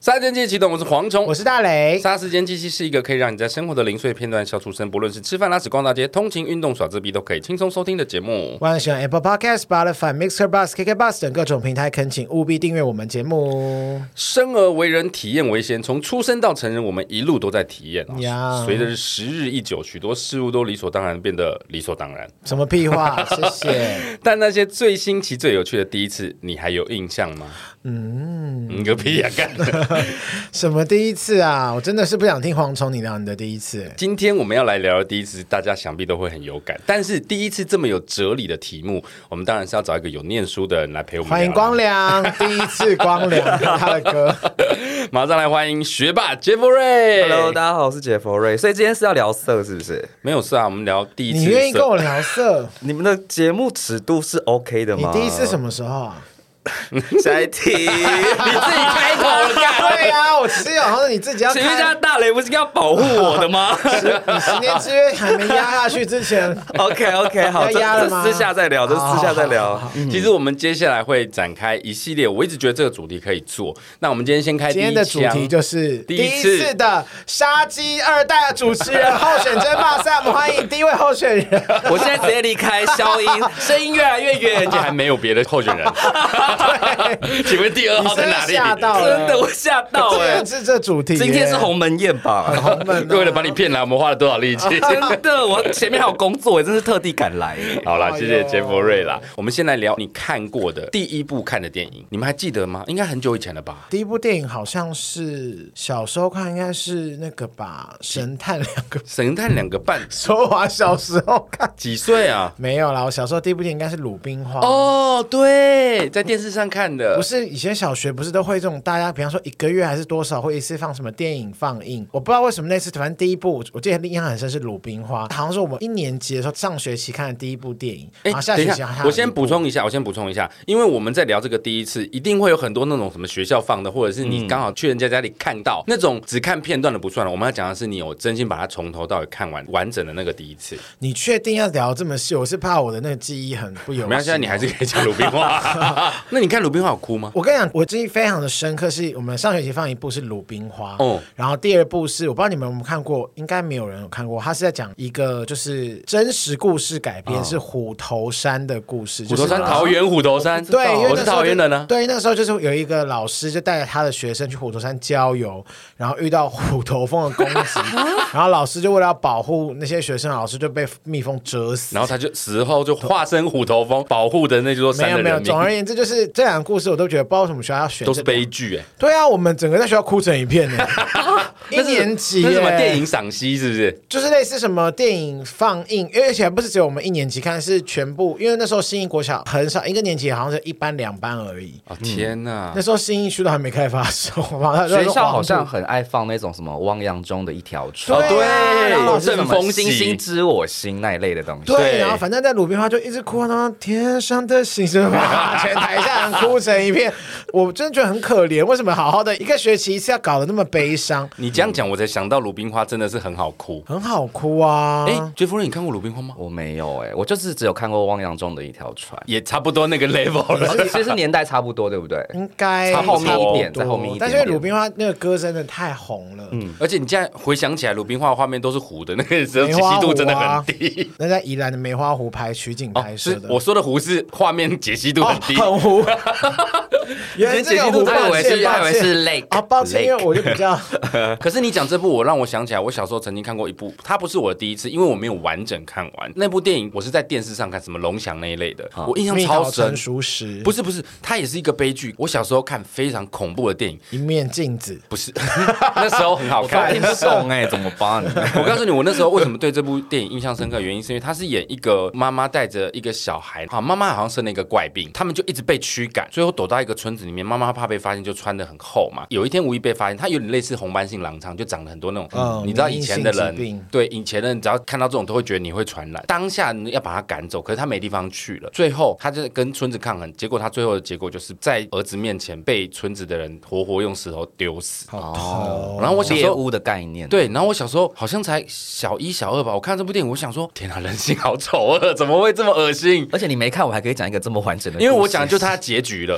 杀时间机器启动，我是蝗虫， 我是大雷。 杀时间机器是一个可以让你在生活的零碎片段笑出声，不论是吃饭、拉屎、逛大街、通勤、运动、耍自闭，都可以轻松收听的节目。 万喜欢 Apple Podcast、Spotify、Mixer、Bus、KK Bus 等各种平台，恳请务必订阅我们节目。 生而为人，体验为先，从出生到成人，我们一路都在体验。随着时日一久，许多事物都理所当然变得理所当然。 什么屁话？谢谢。 但那些最新奇、最有趣的第一次，你还有印象吗？个屁呀、干！ 什么第一次啊？我真的是不想听蝗虫你聊你的第一次。 今天我们要来聊的第一次，大家想必都会很有感。但是第一次这么有哲理的题目，我们当然是要找一个有念书的人来陪我们聊。 欢迎光良，第一次光良他的歌。 马上来欢迎学霸杰佛瑞。 Hello， 大家好，我是杰佛瑞。所以今天是要聊色是不是？ 没有事啊，我们聊第一次。 你愿意跟我聊色？ 你们的节目尺度是 OK 的吗？ 你第一次什么时候啊？ 下一题，你自己开口了，干对啊，我只有好像你自己要。 请问一下，大雷不是要保护我的吗？ 你10年之约还没压下去之前 ，OK， 好， 要压了吗？ 这私下再聊，这私下再聊。 其实我们接下来会展开一系列，我一直觉得这个主题可以做。那我们今天先开第一枪， 今天的主题就是第一次的杀鸡2代主持人候选争霸赛，我们欢迎第一位候选人。 我现在直接离开消音，声音越来越远， 而且还没有别的候选人。请问第2号在哪里？ 吓到了， 真的我吓到了。是这主题， 今天是鸿门宴吧？ 鸿门， 为了把你骗来，我们花了多少力气？ 真的，我前面还有工作，我真是特地赶来。 好啦，谢谢杰佛瑞啦。我们先来聊你看过的第一部看的电影，你们还记得吗？应该很久以前了吧？ 第一部电影好像是小时候看，应该是那个吧，《神探2个半》。说我小时候看， 几岁啊？ 没有啦，我小时候第一部电影应该是《鲁冰花》。 哦，对，在电视上看的。 不是以前小学不是都会这种，大家比方说1个月还是多少会一次放什么电影放映？我不知道为什么那次，反正第一部我记得印象很深是《鲁冰花》，好像是我们1年级的时候上学期看的第一部电影。然后下学期我先补充一下，因为我们在聊这个第一次，一定会有很多那种什么学校放的，或者是你刚好去人家家里看到那种只看片段的不算了。我们要讲的是你有真心把它从头到尾看完整的那个第一次。 你确定要聊这么细？我是怕我的那个记忆很不友善。 没关系，你还是可以讲《鲁冰花》。那你看《鲁冰花》有哭吗？ 我跟你讲，我记忆非常的深刻，是我们上学期放一部是《鲁冰花》，然后第2部是我不知道你们有没有看过，应该没有人有看过，他是在讲一个就是真实故事改编，是虎头山的故事。 虎头山，桃园虎头山。 对， 我是桃园人呢。 对，那个时候就是有一个老师就带着他的学生去虎头山郊游，然后遇到虎头蜂的攻击，然后老师就为了要保护那些学生，老师就被蜜蜂蛰死， 然后他就死后就化身虎头蜂，保护的那座山的人民。 没有，总而言之就是这2个故事，我都觉得不知道为什么学校要选， 都是悲剧哎。 对啊，我们整个在学校哭成一片呢。1年级那什么电影赏析是不是？ 就是类似什么电影放映，而且不是只有我们1年级看，是全部，因为那时候新义国小很少，1个年级好像是1班2班而已。 哦天哪！ 那时候新义区都还没开发的时候， 学校好像很爱放那种什么汪洋中的一条船， 对， 正风星星知我心那一类的东西。 对，然后反正在鲁冰花就一直哭，然后天上的星星，全台下人哭成一片。我真的觉得很可怜，为什么好好的1个学期一次要搞得那么悲伤？ 你这样讲，我才想到鲁冰花真的是很好哭， 很好哭啊！ 杰夫人，你看过鲁冰花吗？ 我没有我就是只有看过汪洋中的一条船， 也差不多那个 level 了。 其实年代差不多，对不对？ 应该差后面一点，在后面一点。 但是鲁冰花那个歌真的太红了， 而且你现在回想起来，鲁冰花的画面都是糊的，那个时候解析度真的很低。 那在宜兰的梅花湖取景拍摄的， 我说的糊是画面解析度很低， 很糊。 原来解析度还以为是 lake 啊，抱歉，因为我就比较。 可是你讲这部，我让我想起来，我小时候曾经看过一部，它不是我的第一次，因为我没有完整看完那部电影，我是在电视上看，什么龙翔那一类的，我印象超深。不是，它也是一个悲剧。我小时候看非常恐怖的电影， 一面镜子， 不是，那时候很好看， 听不懂怎么办？ 我告诉你，我那时候为什么对这部电影印象深刻，原因是因为他是演一个妈妈带着一个小孩，妈妈好像生了一个怪病，他们就一直被驱赶，最后躲到一个村子里面，妈妈怕被发现，就穿得很厚嘛。有一天无意被发现，他有点类似红斑性狼疮，就长了很多那种，你知道以前的人，对以前的人只要看到这种都会觉得你会传染，当下你要把他赶走，可是他没地方去了，最后他就跟村子抗衡，结果他最后的结果就是在儿子面前被村子的人活活用石头丢死。然后我小时候猎物的概念， 对，然后我小时候好像才小1、小2吧，我看这部电影，我想说，天啊，人性好丑恶，怎么会这么恶心？ 而且你没看，我还可以讲一个这么完整的故事， 因为我讲就他结局了，就是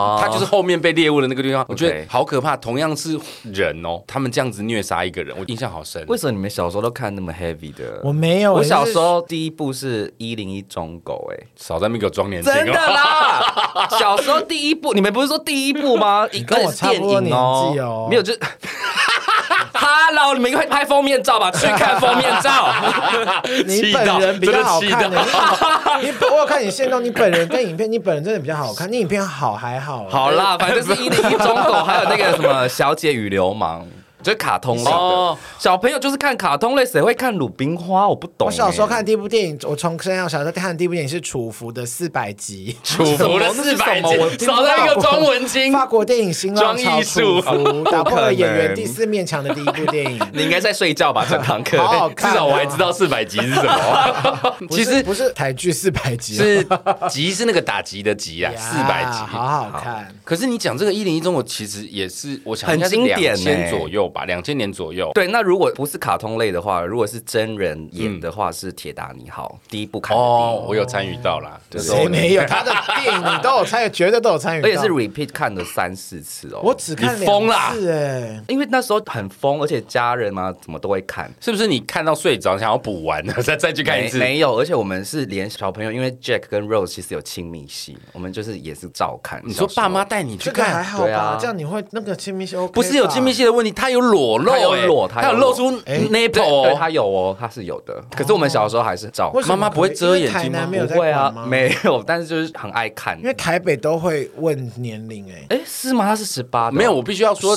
他就是后面被猎物的那个地方，我觉得好可怕。同样是人哦，他们这样子虐杀一个人，我印象好深。 为什么你们小时候都看那么 heavy 的？ 我没有， 我小时候第一部是101忠狗， 少在那边给我装年轻， 真的啦！小时候第一部，你们不是说第一部吗？ 你跟我差不多年纪哦， 没有就。Hello， 你们会拍封面照吧？去看封面照。 你本人比较好看的，我有看你现动，你本人跟影片，你本人真的比较好看，你影片好还好。 好啦，反正是101忠狗，还有那个什么小姐与流氓。就是卡通类的，小朋友就是看卡通类，谁会看鲁冰花？我不懂。 我小时候看第一部电影，我从生到小时候看的第一部电影是楚服的400集， 楚服的400集，少在一个中文经。 法国电影新浪潮楚服打破了演员第4面墙的第一部电影。 你应该在睡觉吧？整堂课， 好看， 至少我还知道400集是什么。 其实不是台剧400集， 是集是那个打击的集啊，400集， 好好看。 可是你讲这个101忠，我其实也是，我想很经典 ，2000左右吧，2000年左右。 对，那如果不是卡通类的话，如果是真人演的话，是铁达尼号第一部看的。 哦，我有参与到啦。 谁没有？他的电影你都有参与，绝对都有参与到。 而且是 repeat 看了3、4次哦。 我只看2次哎， 因为那时候很疯，而且家人嘛，怎么都会看。 是不是你看到睡着，想要补完再去看一次？ 没有，而且我们是连小朋友，因为 Jack 跟 Rose 其实有亲密戏，我们就是也是照看。 你说爸妈带你去看， 还好吧？这样你会那个亲密戏 OK？ 不是有亲密戏的问题，他有裸露，他有露出 nipple， 对，他有哦，他是有的。可是我们小时候还是照看。 妈妈不会遮眼睛吗？ 不会啊，没有，但是就是很爱看。 因为台北都会问年龄哎， 是吗？他是18的， 没有，我必须要说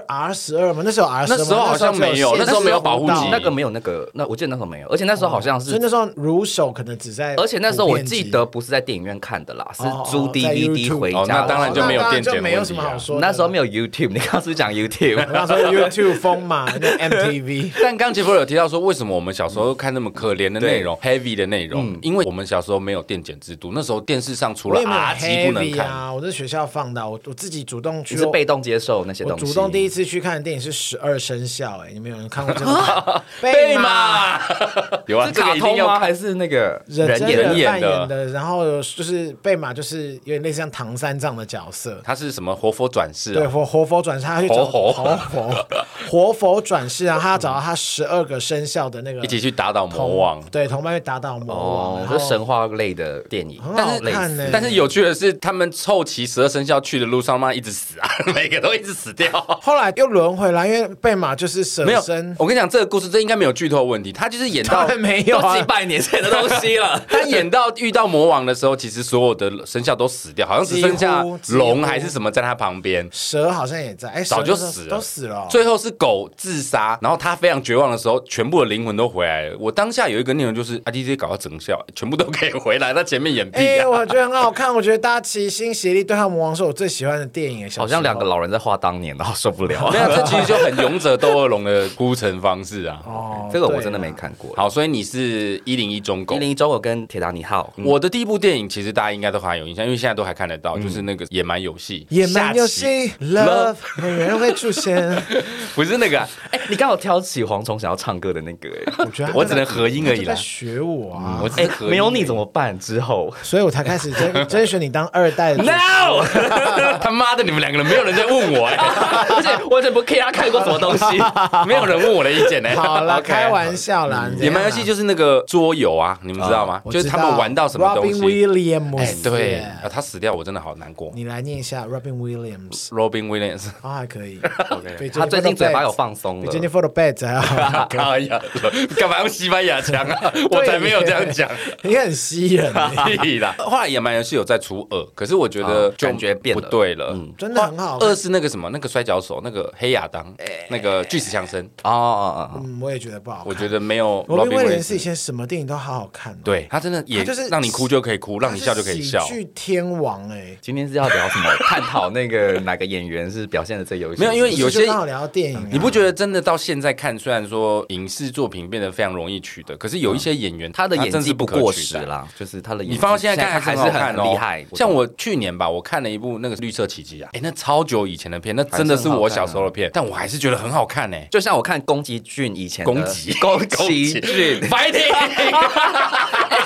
12R12吗？那时候 R12， 那时候好像没有，那时候没有保护级， 那个没有那个，那我记得那时候没有，而且那时候好像是， 所以那时候入手可能只在， 而且那时候我记得不是在电影院看的啦，是租 DVD 回家， 那当然就没有电检， 没有什么好说。 那时候没有 YouTube， 你刚刚是讲 YouTube， 我刚说 YouTube 疯嘛，那 MTV。 但刚杰佛有提到说，为什么我们小时候看那么可怜的内容 ，heavy 的内容？因为我们小时候没有电检制度，那时候电视上除了 R 级不能看。 我在学校放的，我自己主动去， 你是被动接受那些东西。 我主动第一次去看的电影是12生肖，你们有人看过这个？贝马有啊， 是卡通吗？还是那个人演的？然后就是贝马，就是有点类似像唐三藏的角色。 他是什么活佛转世？ 对，活佛转世，他去找活佛转世啊，他要找到他12个生肖的那个， 一起去打倒魔王。 对，同伴去打倒魔王， 是神话类的电影， 很好看呢。 但是有趣的是，他们凑齐12生肖去的路上嘛，一直死啊，每个都一直死掉。 后来又轮回来，因为贝马就是舍身。 我跟你讲，这个故事这应该没有剧透问题，他就是演到没有几百年前的东西了。 他演到遇到魔王的时候，其实所有的生肖都死掉，好像只剩下龙还是什么在他旁边， 蛇好像也在， 早就死了， 都死了。 最后是狗自杀，然后他非常绝望的时候，全部的灵魂都回来了。我当下有一个内容就是DJ 搞到整效，全部都可以回来，他前面演屁啊。 我觉得很好看，我觉得大家齐心协力对抗魔王是我最喜欢的电影。 好像2个老人在画当年，然后受不了。 没有，这其实就很勇者斗恶龙的铺陈方式啊。 这个我真的没看过。 好，所以你是101忠狗 ，101忠狗跟铁达尼号。 我的第一部电影其实大家应该都还有印象，因为现在都还看得到，就是那个野蛮游戏。 野蛮游戏 ，Love 每人会出现， 不是那个。 你刚好挑起蝗虫想要唱歌的那个， 我觉得我只能合音而已啦。 学我啊， 没有你怎么办？之后， 所以我才开始甄选你当2代的。 No， 他妈的，你们2个人没有人在问我而且我怎么不 care 他看过什么东西？ 没有人问我的意见呢。 好了，开玩笑啦。 野蛮游戏就是那个桌游啊，你们知道吗？就是他们玩到什么东西 ？Robin Williams， 对，他死掉，我真的好难过。 你来念一下 Robin Williams。 Robin Williams， 还可以。 他最近嘴巴有放松了。 比 Jennifer Lopez 还好。 哎呀，干嘛用西班牙腔啊？我才没有这样讲。 你很吸人。 后来野蛮游戏有在出2，可是我觉得感觉变不对了， 真的很好。 2是那个什么，那个摔跤手，那个黑亚当，那个巨石强森。 我也觉得不好看。 我觉得没有。 罗宾威廉斯以前什么电影都好好看。 对他真的也就是让你哭就可以哭，让你笑就可以笑。 喜剧天王今天是要聊什么？探讨那个哪个演员是表现的最优秀？ 没有，因为有些刚好聊到电影， 你不觉得真的到现在看，虽然说影视作品变得非常容易取得，可是有一些演员他的演技不过时啦，就是他的演技你放到现在看还是很厉害。 像我去年吧，我看了一部那个《绿色奇迹》啊，那超久以前的片，那真的是我小时候的片，但我还是觉得很好看就像我看宫崎骏以前的宫崎骏 ，fighting。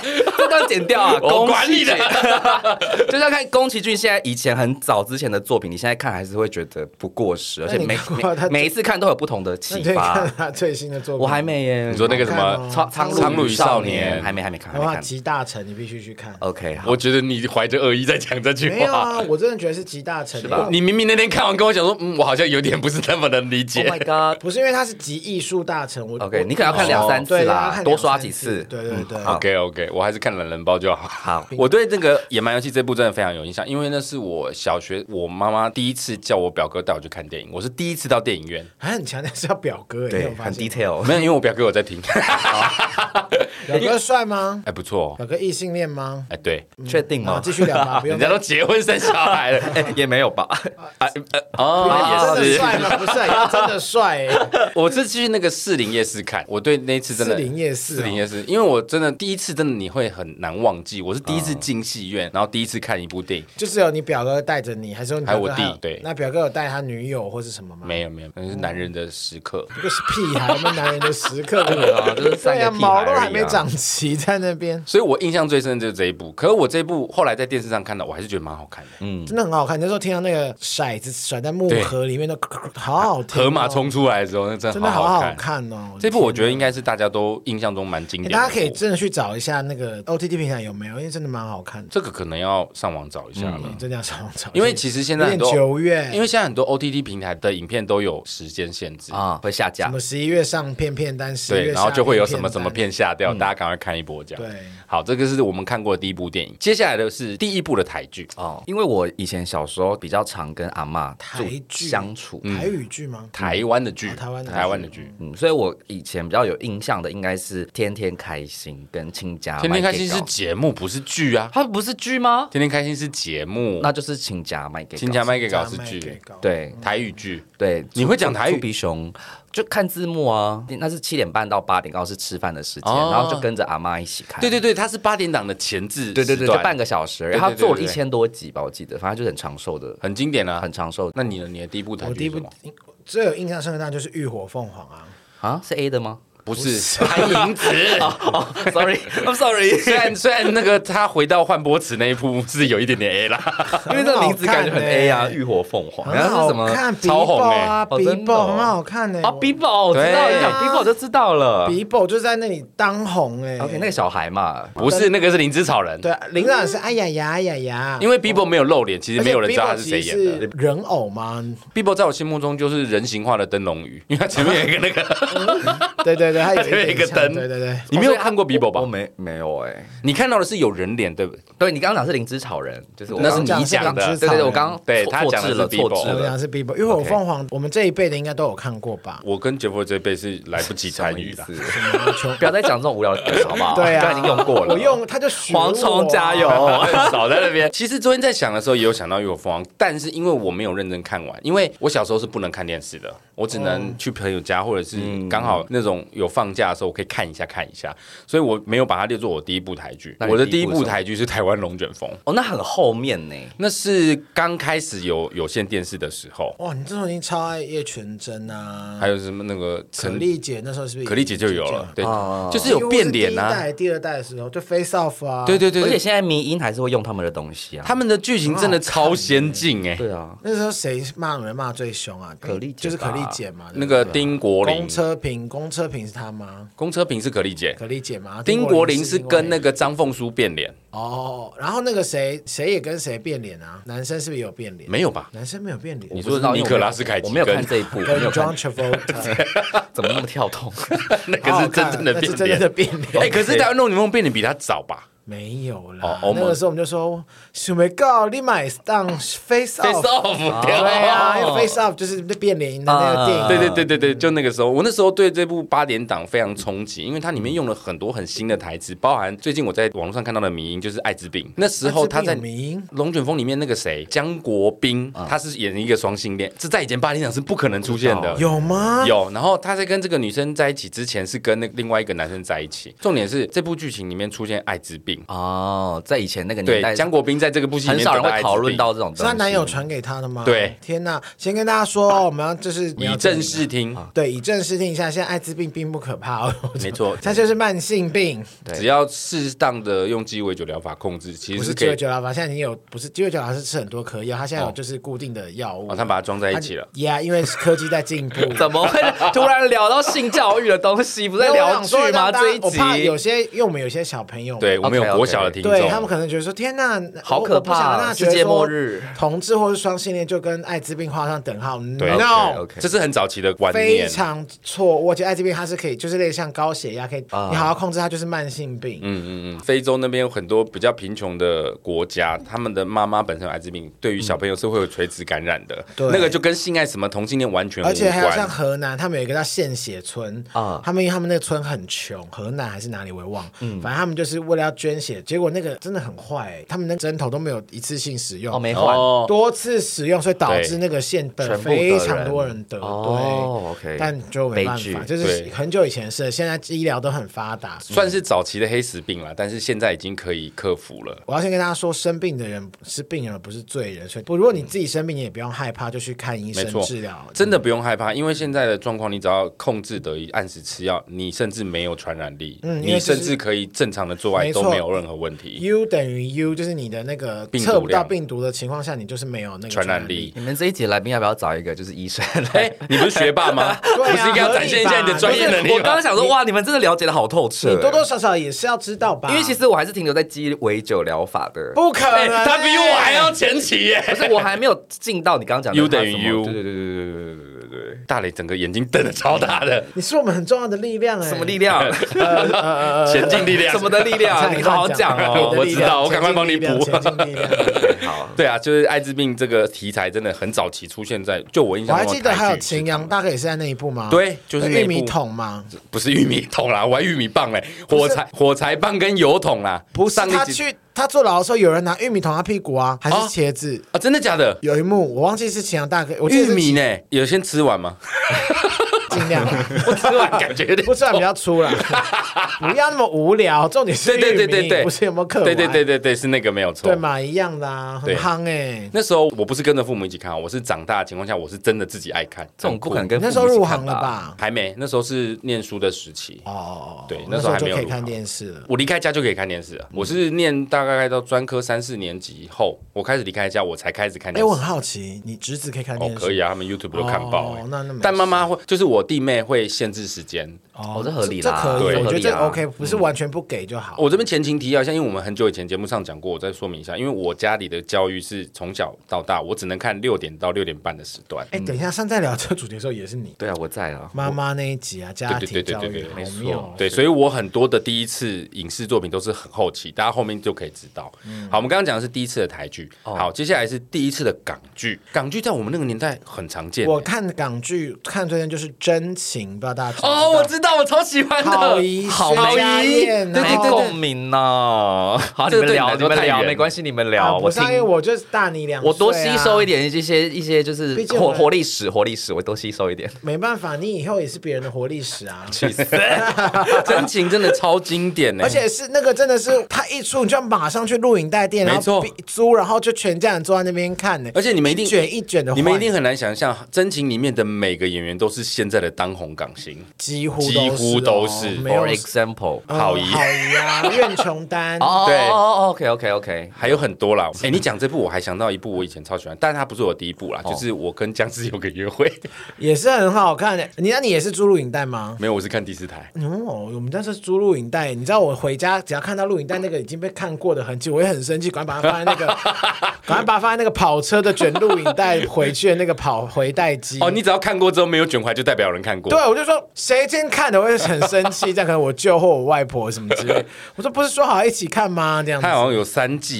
这段剪掉啊！ 我管你的。 就像看宫崎骏现在以前很早之前的作品，你现在看还是会觉得不过时，而且每一次看都有不同的启发。 看他最新的作品， 我还没耶。 你说那个什么苍鹭与少年，还没看。 哇，集大成，你必须去看。 OK， 我觉得你怀着恶意在讲这句话。 没有啊，我真的觉得是集大成， 是吧？ 你明明那天看完跟我讲说，我好像有点不是那么能理解。 Oh my god， 不是因为它是集艺术大成。 OK， 你可能要看2-3次啦，多刷几次。 对。 OK， 我还是看懒人包就好。 好， 我对这个《野蛮游戏》这部真的非常有印象，因为那是我小学我妈妈第一次叫我表哥带我去看电影，我是第一次到电影院。 还很强调是要表哥， 对，很 detail。 没有，因为我表哥有在听。 表哥帅吗？ 不错。 表哥异性恋吗？ 对， 确定吗？ 继续聊吧，不用。 人家都结婚生小孩了， 也没有吧？ 也是帅吗？不是，他真的帅。 我是去那个士林夜市看，我对那一次真的士林夜市， 因为我真的第一次真的你会很难忘记，我是第一次进戏院，然后第一次看一部电影， 就是有你表哥带着你，还是还有我弟？对， 那表哥有带他女友或是什么吗？ 没有，那是男人的时刻。 这个是屁孩，我们男人的时刻， 就是3个屁孩而已啊， 毛都还没长齐在那边。 所以我印象最深的就是这一部，可是我这一部后来在电视上看到，我还是觉得蛮好看的， 真的很好看。那时候听到那个骰子甩在木盒里面的，好好听。 河马冲出来的时候，那真的好好看哦。 这部我觉得应该是大家都印象中蛮经典的， 大家可以真的去找一下那个 OTT 平台有没有，因为真的蛮好看的。 这个可能要上网找一下了， 真的要上网找， 因为其实现在很多 9月， 因为现在很多 OTT 平台的影片都有时间限制啊，会下架。 什么11月上片单，10月对，然后就会有什么片下掉，大家赶快看一波这样。 对， 好，这个是我们看过的第一部电影，接下来的是第一部的台剧哦。因为我以前小时候比较常跟阿嬷相处， 台语剧吗？ 台湾的剧， 台湾的剧， 所以我以前比较有印象的应该是《天天开心》跟《亲家》。 天天开心是节目，不是剧啊。 它不是剧吗？ 天天开心是节目， 那就是《亲家卖给》。 亲家卖给搞是剧， 对， 台语剧。 对， 你会讲台语？ 猪皮熊就看字幕啊，那是7点半到8点，刚好是吃饭的时间，然后就跟着阿嬷一起看。 对，它是8点档的前置， 对，就半个小时，然后他做了1000多集吧，我记得，反正就很长寿的， 很经典啊， 很长寿。 那你呢？你的第一部台剧是什么？ 最有印象深刻当然就是《浴火凤凰》啊。 啊，是 A 的吗？ 不是潘迎紫 ，I'm sorry。 虽然那个他回到焕波池那一部是有一点点 A 啦， 因为这个名字感觉很 A 啊，浴火凤凰， 然后是什么超红啊 ，Bibo 很好看呢。 啊 ，Bibo 我知道，你讲 Bibo 就知道了 ，Bibo 就在那里当红哎。 OK， 那个小孩嘛， 不是那个是灵芝草人， 对，灵芝草人是哎呀， 因为 Bibo 没有露脸，其实没有人知道他是谁演的。 人偶吗 ？Bibo 在我心目中就是人形化的灯笼鱼，因为他前面有一个那个， 对，他有一个灯， 对， 你没有看过 Bibo 吧？ 我没有哎， 你看到的是有人脸，对不对？ 对，你刚刚讲是灵芝草人，就是那是你讲的， 对，我刚刚对他讲的是 Bibo， 我讲的是 Bibo， 浴火凤凰，我们这一辈的应该都有看过吧？ 我跟杰佛这一辈是来不及参与的， 不要再讲这种无聊的梗好不好？ 对啊， 刚才已经用过了， 我用他就蝗虫加油， 少在那边。其实昨天在想的时候也有想到浴火凤凰，但是因为我没有认真看完，因为我小时候是不能看电视的，我只能去朋友家或者是刚好那种有放假的时候我可以看一下，所以我没有把它列作我第一部台剧。我的第一部台剧是台湾龙卷风。 哦，那很后面呢， 那是刚开始有线电视的时候。 哇，你这时候已经超爱叶全真啊， 还有什么那个可丽姐，那时候是不是可丽姐就有了？对，就是有变脸啊。 第一代、第二代的时候就 Face Off 啊， 对， 而且现在迷因还是会用他们的东西啊， 他们的剧情真的超先进哎。 对啊， 那时候谁骂人骂最凶啊？ 可丽姐就是可丽姐嘛， 那个丁国林。 公车平是他吗？ 公车平是可丽姐， 可丽姐嘛。 丁国林是跟那个张凤书变脸哦，然后那个谁也跟谁变脸啊？男生是不是也有变脸？ 没有吧？ 男生没有变脸。 你说是尼可拉斯凯奇？ 我没有看这一部， 跟 John Travolta 怎么那么跳动？ 那个是真正的变脸， 真的变脸。 哎，可是台湾龙卷风变脸比他早吧？ 没有啦，那个时候我们就说，想没告你买当 Face Off， 对啊，因为 Face Off 就是变脸的那个电影，对，就那个时候，我那时候对这部8点档非常憧憬，因为它里面用了很多很新的台词，包含最近我在网络上看到的迷因就是艾滋病，那时候他在龙卷风里面那个谁江国斌，他是演一个双性恋，这在以前8点档是不可能出现的， 有吗？ 有，然后他在跟这个女生在一起之前是跟另外一个男生在一起，重点是这部剧情里面出现艾滋病。 病哦，在以前那个年代， 对，江国斌在这个部戏里面很少人会讨论到这种东西。 是她男友传给她的吗？ 对， 天哪！先跟大家说，我们要就是以正视听， 对，以正视听一下。现在艾滋病并不可怕哦， 没错， 它就是慢性病， 只要适当的用鸡尾酒疗法控制，其实不是鸡尾酒疗法，现在已经有不是鸡尾酒疗法是吃很多颗药，它现在有就是固定的药物， 他把它装在一起了。 Yeah， 因为科技在进步， 怎么会突然聊到性教育的东西？不是在聊剧吗？这一集我怕有些，因为我们有些小朋友， 对我们有国小的听众， 对他们可能觉得说天哪， 好可怕，世界末日， 同志或是双性恋就跟艾滋病画上等号。 对 No， 这是很早期的观念， 非常错误。而且艾滋病它是可以，就是类似像高血压，可以你好好控制它，就是慢性病。 非洲那边有很多比较贫穷的国家，他们的妈妈本身有艾滋病，对于小朋友是会有垂直感染的。那个就跟性爱什么同性恋完全无关。 而且还有像河南，他们有一个叫献血村他们因为他们那个村很穷，河南还是哪里我也忘，反正他们就是为了要捐血，结果那个真的很坏，他们那针头都没有一次性使用， 没换， 多次使用，所以导致那个线得非常多人得，对 ，OK， 但就没办法，就是很久以前的事，现在医疗都很发达， 算是早期的黑死病了，但是现在已经可以克服了。 我要先跟大家说，生病的人是病人，而不是罪人，所以如果你自己生病，你也不用害怕，就去看医生治疗， 真的不用害怕，因为现在的状况，你只要控制得宜，按时吃药，你甚至没有传染力，你甚至可以正常的做爱都没有任何问题。 U 等于 U， 就是你的那个测不到病毒的情况下，你就是没有那个传染力。 你们这一节来宾要不要找一个就是医生？ 你不是学霸吗？不是应该要展现一下你的专业能力吗？ 我刚刚想说，哇，你们真的了解的好透彻， 你多多少少也是要知道吧？ 因为其实我还是停留在鸡尾酒疗法的， 不可能， 他比我还要前期耶！ 不是，我还没有进到你刚刚讲的 U 等于 U， 对， 大雷整个眼睛瞪得超大的， 你是我们很重要的力量哎， 什么力量？ 前进力量， 什么的力量？你好好讲哦， 我知道，我赶快帮你补。 好， 对啊，就是艾滋病这个题材真的很早期出现在，就我印象中， 我还记得还有秦阳，大概也是在那一部吗？ 对，就是玉米桶吗？ 不是玉米桶啦，我还玉米棒嘞，火柴棒跟油桶啦。 不是，他坐牢的时候，有人拿玉米捅他屁股啊，还是茄子啊？真的假的？ 有一幕我忘记是秦阳大哥， 玉米呢？有先吃完吗？ 尽量不吃完感觉有点不吃完比较粗了，不要那么无聊。重点是玉米，不是有没有嗑完？ 对，是那个没有错， 对嘛，一样的啊，很夯哎。 那时候我不是跟着父母一起看，我是长大的情况下，我是真的自己爱看。 这种不可能跟那时候入行了吧？ 还没，那时候是念书的时期。对，那时候还没有就可以看电视了。 我离开家就可以看电视了。我是念大概到专科3、4年级后，我开始离开家，我才开始看电视。 我很好奇，你侄子可以看电视？ 可以啊，他们 YouTube 都看爆。 那但妈妈会，就是我弟妹会限制时间。 这合理啦， 这可以，我觉得这 OK， 不是完全不给就好。 我这边前情提要一下，因为我们很久以前节目上讲过，我再说明一下，因为我家里的教育是从小到大，我只能看6点到6点半的时段。 等一下，上在聊这个主题的时候也是你。 对啊，我在啊。 妈妈那一集啊，家庭教育， 没错。 对，所以我很多的第一次影视作品都是很后期，大家后面就可以知道。好，我们刚刚讲的是第一次的台剧，好，接下来是第一次的港剧。港剧在我们那个年代很常见。 我看港剧看最近就是《真情》，不知道大家知道我知道，我超喜欢。 好姨， 对，共鸣呢。好，你们聊，没关系，你们聊。 我因为我就是大你2岁， 我多吸收一点一些就是活历史，我多吸收一点。 没办法，你以后也是别人的活历史啊！ 气死！真情真的超经典呢， 而且是那个真的是他一出，你就要马上去录影带店，然后租，然后就全家人坐在那边看呢。 而且你们一定一卷的， 你们一定很难想象，真情里面的每个演员都是现在的当红港星， 几乎都是。 For example， 郝怡啊，苑琼丹， 对 ，OK， 还有很多啦。你讲这部我还想到一部我以前超喜欢，但它不是我第一部啦，就是我跟僵尸有个约会， 也是很好看的。你也是租录影带吗？ 没有，我是看第4台。 我们那是租录影带，你知道我回家只要看到录影带那个已经被看过的痕迹，我会很生气，赶快把它放在那个，赶快把它放在那个跑车的卷录影带回去的那个跑回带机。 你只要看过之后没有卷回来，就代表有人看过。 对，我就说谁今天看的，我会很生气，这样可能我舅或我外婆什么之类。我说不是说好一起看吗？这样子。 它好像有3季吧。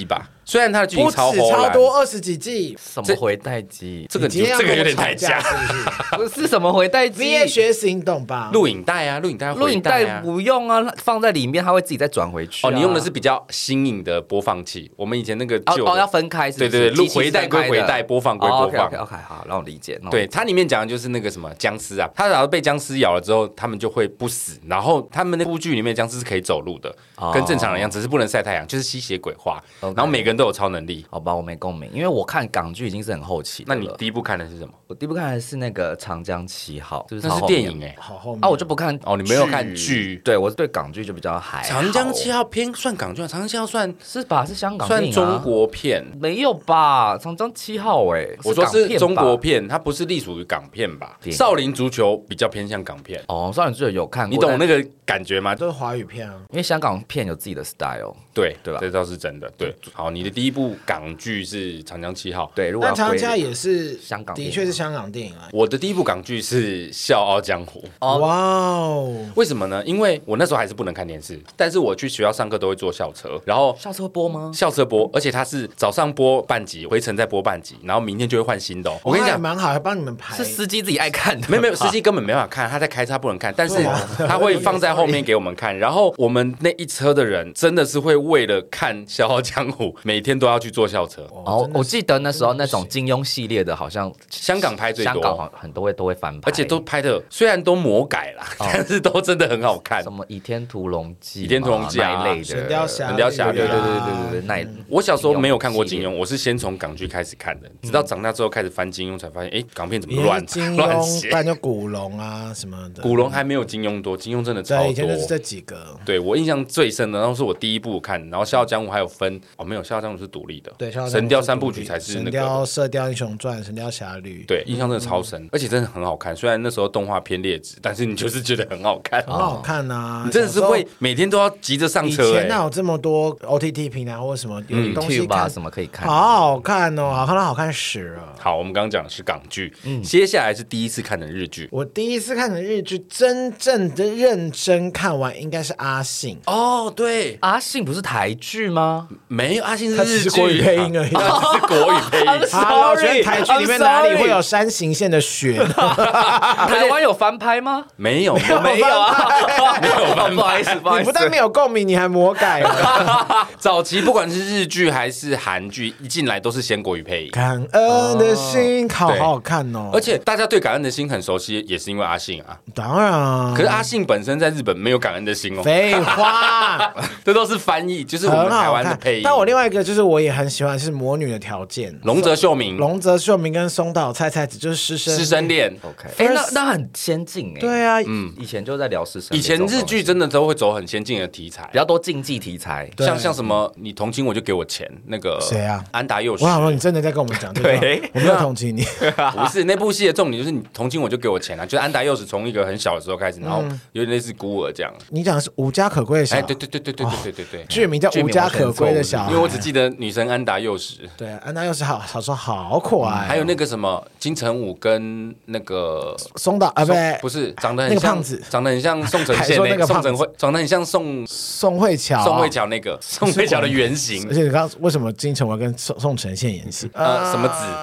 虽然它的剧情超多20几季， 什么回带机？ 这个有点太假， 不是什么回带机？ 你也学行懂吧？ 录影带啊，录影带不用啊，放在里面它会自己再转回去。 你用的是比较新颖的播放器，我们以前那个旧要分开是不是？ 对，录回带归回带，播放归播放。 OK， 好，让我理解。 对，它里面讲的就是那个什么僵尸啊，他然后被僵尸咬了之后，他们就会不死，然后他们那部剧里面僵尸是可以走路的，跟正常人一样，只是不能晒太阳，就是吸血鬼化。然后每个人都有超能力。 好吧，我没共鸣，因为我看港剧已经是很后期的了。 那你第一部看的是什么？ 我第一部看的是那个《长江7号》， 那是电影好后面啊，我就不看哦，你没有看剧？ 对，我对港剧就比较还好。 长江7号偏算港剧，长江7号算是吧？是香港算中国片？ 没有吧？长江7号我说是中国片，它不是隶属于港片吧？少林足球比较偏向港片哦，少林足球有看过， 你懂那个感觉吗？ 都是华语片啊， 因为香港片有自己的 style， 对吧？ 这倒是真的。对，好，你的第一部港剧是长江7号， 对， 但长江7号也是香港， 的确是香港电影啊。 我的第一部港剧是《笑傲江湖》。 哇哦， 为什么呢？因为我那时候还是不能看电视，但是我去学校上课都会坐校车，然后校车播吗？ 校车播，而且它是早上播半集，回程再播半集，然后明天就会换新的。我跟你讲， 蛮好，还帮你们排。 是司机自己爱看的， 没有，司机根本没办法看，他在开车不能看，但是他会放在后面给我们看。然后我们那一车的人真的是会为了看《笑傲江湖》，每天都要去坐校车。 我记得那时候那种金庸系列的，好像香港拍最多， 香港很多都会翻拍， 而且都拍的虽然都魔改啦，但是都真的很好看。 什么《倚天屠龙记》、《 倚天屠龙记》 那一类的， 神雕侠侣， 对，那我小时候没有看过金庸，我是先从港剧开始看的，直到长大之后开始翻金庸，才发现，港片怎么乱写？ 不然就古龙啊什么的。 古龙还没有金庸多，金庸真的超多。 对，以前就是这几个。 对，我印象最深的，然后是我第一部看，然后《笑傲江湖》还有分没有，《笑傲江湖》是独立的， 对， 神雕3部曲才是那个。 神雕、射雕英雄传、神雕侠侣， 对，印象真的超深，而且真的很好看。虽然那时候动画偏劣质，但是你就是觉得很好看， 很好看啊！ 你真的是会每天都要急着上车。 以前哪有这么多 OTT 平台或者什么有东西看， 什么可以看？ 好好看哦，好看到好看死了。 好，我们刚刚讲的是港剧，接下来是第一次看的日剧。 我第一次看的日剧，真正的认真看完，应该是阿信。 哦，对， 阿信不是台剧吗？ 没有，阿信是日剧， 国语配音而已， 他是国语配音。 我觉得台剧里面哪里会有山形县的雪？ 台湾有翻拍吗？ 没有， 没有啊，没有翻拍，不好意思， 你不但没有共鸣，你还魔改了。 早期不管是日剧还是韩剧，一进来都是先国语配音。 感恩的心，好好看哦。 而且大家对感恩的心很熟悉，也是因为阿信啊。 当然啊， 可是阿信本身在日本没有感恩的心哦。 废话， 这都是翻译，就是我们台湾的配音。 但我另外一个就是我也很喜欢是《魔女的条件》， 龙泽秀明跟松岛菜菜子就是师生恋。 OK， 那很先进哎。 对啊， 以前就在聊师生。 以前日剧真的都会走很先进的题材， 比较多竞技题材， 像什么你同情我就给我钱，那个谁啊？ 安达佑实。 我想说你真的在跟我们讲这个，我没有同情你。 不是那部戏的重点就是你同情我就给我钱啊，就是安达佑实从一个很小的时候开始，然后有点类似孤儿这样。 你讲的是无家可归的小孩， 对， 剧名叫无家可归的小孩， 因为我只记得女生安达佑实。 对，安达佑实小时候好可爱， 还有那个什么金城武跟那个松岛不是长得很像那个胖子， 长得很像宋承宪那个宋承辉，长得很像宋慧乔那个宋慧乔的原型。 而且你刚刚为什么金城武跟宋承宪演戏？ 什么子？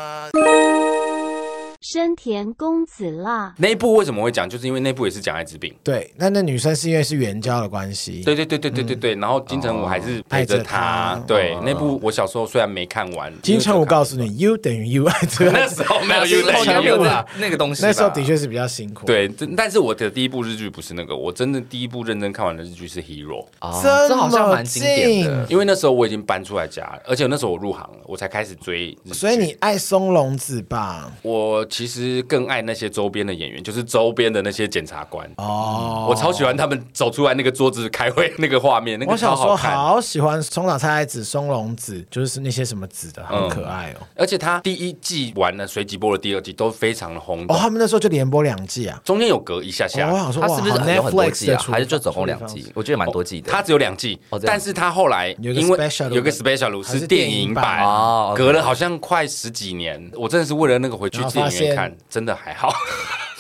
深田恭子啦， 那一部为什么会讲？就是因为那部也是讲艾滋病。 对，那女生是因为是援交的关系。 对，然后金城武还是陪着她。对，那部我小时候虽然没看完， 金城武告诉你 U 等于 U， 那时候没有 U 等于 U 那个东西， 那时候的确是比较辛苦。 对，但是我的第一部日剧不是那个，我真的第一部认真看完的日剧是 Hero。 这好像蛮经典的， 因为那时候我已经搬出来家了，而且那时候我入行了，我才开始追日剧。 所以你爱松隆子吧？ 我其实更爱那些周边的演员，就是周边的那些检察官。我超喜欢他们走出来那个桌子开会那个画面，那个超好看。 我小时候好喜欢松岛菜菜子、松隆子，就是那些什么子的，很可爱哦。 而且他第一季完了，随即播了第二季，都非常的轰动。他们那时候就连播2季啊， 中间有隔一下下。 我想说， 他是不是有很多季啊？还是就总共 2 季？我觉得蛮多季的。 他只有2季，但是他后来因为有个 special 是电影版，隔了好像快10几年。我真的是为了那个回去电影院看，真的还好。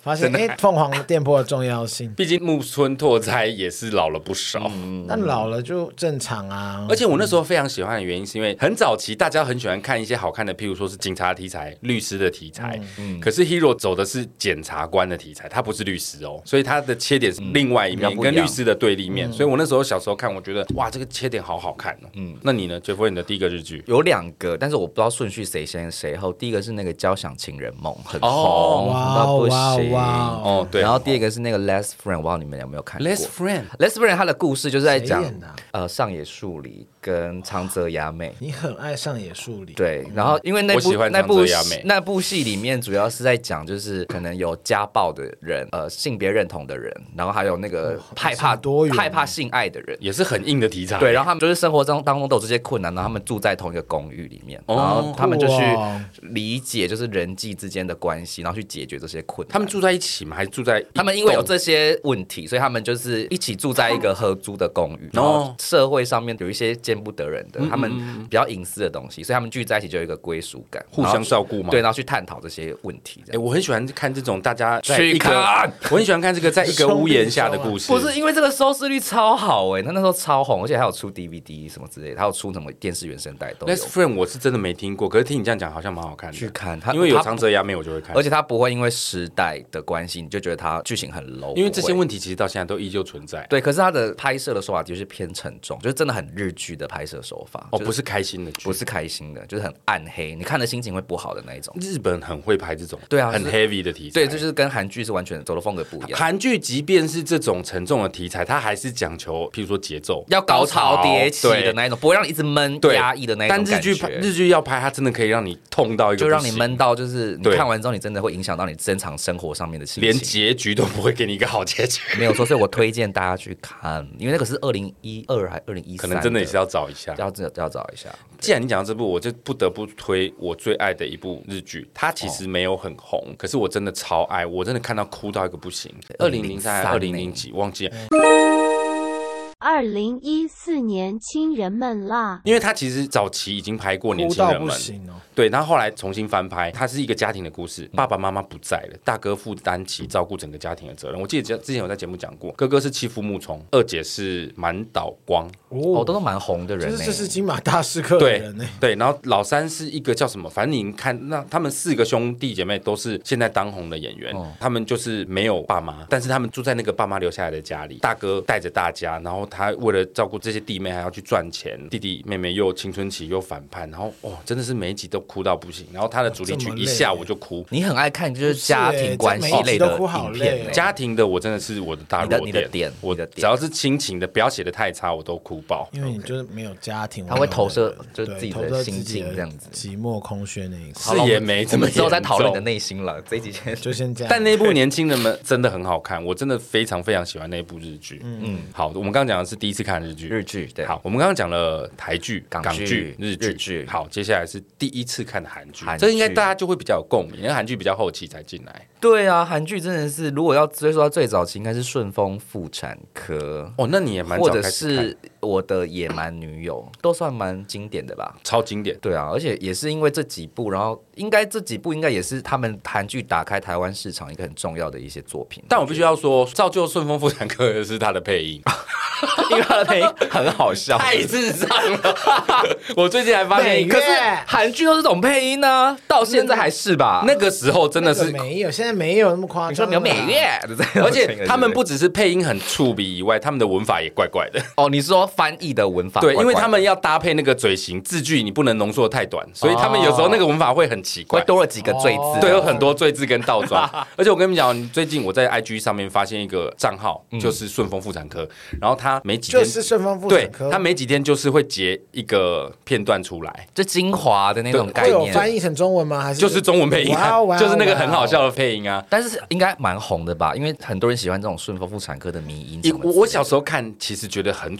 发现凤凰电波的重要性。 毕竟木村拓哉也是老了不少， 但老了就正常啊。 而且我那时候非常喜欢的原因是因为很早期大家很喜欢看一些好看的，譬如说是警察题材、律师的题材，可是 Hero 走的是检察官的题材，他不是律师哦，所以他的切点是另外一面，跟律师的对立面。所以我那时候小时候看，我觉得哇，这个切点好好看哦。那你呢，Jeffrey，你的第一个日剧有2个，但是我不知道顺序谁先谁后。第一个是那个《交响情人梦》，很红，红到不行。 哦，对。 然后第二个是那个《Last Friend》，我不知道你们有没有看过。 Last Friend， 他的故事就是在讲上野树里跟长泽雅美。 你很爱上野树里。 对，然后因为那部戏里面主要是在讲就是可能有家暴的人，性别认同的人，然后还有那个害怕性爱的人， 也是很硬的题材。 对，然后他们就是生活当中都有这些困难，然后他们住在同一个公寓里面，然后他们就去理解就是人际之间的关系，然后去解决这些困难。 他们住在一起吗？还是住在？ 他们因为有这些问题，所以他们就是一起住在一个合租的公寓。然后社会上面有一些见不得人的，他们比较隐私的东西，所以他们聚在一起就有一个归属感， 互相照顾嘛。 对，然后去探讨这些问题。 我很喜欢看这种大家去看，我很喜欢看这个在一个屋檐下的故事。 不是因为这个收视率超好他那时候超红，而且还有出 DVD 什么之类的，还有出什么电视原声带都有。 Last Friend 我是真的没听过，可是听你这样讲好像蛮好看的。 去看因为有长泽雅美我就会看， 而且它不会因为时代的关系你就觉得它剧情很 low， 因为这些问题其实到现在都依旧存在。 对，可是它的拍摄的手法就是偏沉重，就是真的很日剧的拍摄手法。 不是开心的剧， 不是开心的，就是很暗黑，你看的心情会不好的那一种。 日本很会拍这种， 对啊， 很 heavy 的题材。 对，就是跟韩剧是完全走的风格不一样。 韩剧即便是这种沉重的题材，它还是讲求，譬如说节奏要高潮迭起的那一种，不会让你一直闷压抑的那一种感觉。 但日剧要拍，它真的可以让你痛到一个不行， 就让你闷到，就是你看完之后，你真的会影响到你正常生活上面的心情， 连结局都不会给你一个好结局。 没有错，所以我推荐大家去看，因为那个是2012还2013， 可能真的也是要找一下， 要找一下。 既然你讲到这部，我就不得不推我最爱的一部日剧，它其实没有很红，可是我真的超爱，我真的看到哭到一个不行。2003还2000几忘记了。 2014年亲人们啦， 因为他其实早期已经拍过年轻人们，对，然后后来重新翻拍，它是一个家庭的故事，爸爸妈妈不在了，大哥负担起照顾整个家庭的责任。我记得之前有在节目讲过，哥哥是妻夫木聪，二姐是满岛光， 都蛮红的人， 这是金马大师课的人呢。 对，然后老三是一个叫什么，反正你看，那他们4个兄弟姐妹都是现在当红的演员，他们就是没有爸妈，但是他们住在那个爸妈留下来的家里，大哥带着大家，然后他为了照顾这些弟妹还要去赚钱，弟弟妹妹又青春期又反叛，然后真的是每一集都哭到不行，然后他的主题曲一下我就哭。 你很爱看就是家庭关系类的影片， 家庭的我真的是我的大弱点，我只要是亲情的不要写的太差我都哭爆， 因为你就是没有家庭， 他会投射就是自己的心境这样子， 寂寞空虚那一个是也没这么严重， 之后再讨论你的内心了，这一集就先这样。 但那部年轻人们真的很好看，我真的非常非常喜欢那部日剧。好，我们刚刚讲的是第一次看日剧， 对。 好，我们刚刚讲了台剧、港剧、日剧。好，接下来是第一次看的韩剧，这应该大家就会比较有共鸣，因为韩剧比较后期才进来。 对啊，韩剧真的是，如果要追溯到最早期，应该是《顺风妇产科》 那你也蛮早开始看， 或者是我的野蛮女友，都算蛮经典的吧， 超经典。 对啊，而且也是因为这几部，然后这几部应该也是他们韩剧打开台湾市场一个很重要的一些作品。 但我必须要说，造就《顺风妇产科》的是他的配音。 因为他的配音很好笑， 太智障了。我最近还发现， 可是韩剧都是这种配音呢，到现在还是吧？ 那个时候真的是没有，现在没有那么夸张。 你说没有美月， 而且他们不只是配音很触鼻以外，他们的文法也怪怪的。 你说翻译的文法对，因为他们要搭配那个嘴型字句，你不能浓缩的太短，所以他们有时候那个文法会很奇怪， 会多了几个赘字。 对，有很多赘字跟倒装。而且我跟你们讲，最近我在 IG 上面发现一个账号，就是顺风妇产科，然后他没几天就是顺风妇产科， 对，他没几天就是会截一个片段出来， 就精华的那种概念。 会有翻译成中文吗？还是就是中文配音啊？就是那个很好笑的配音啊。 但是应该蛮红的吧？因为很多人喜欢这种顺风妇产科的迷音。 我小时候看，其实觉得很蠢，哪有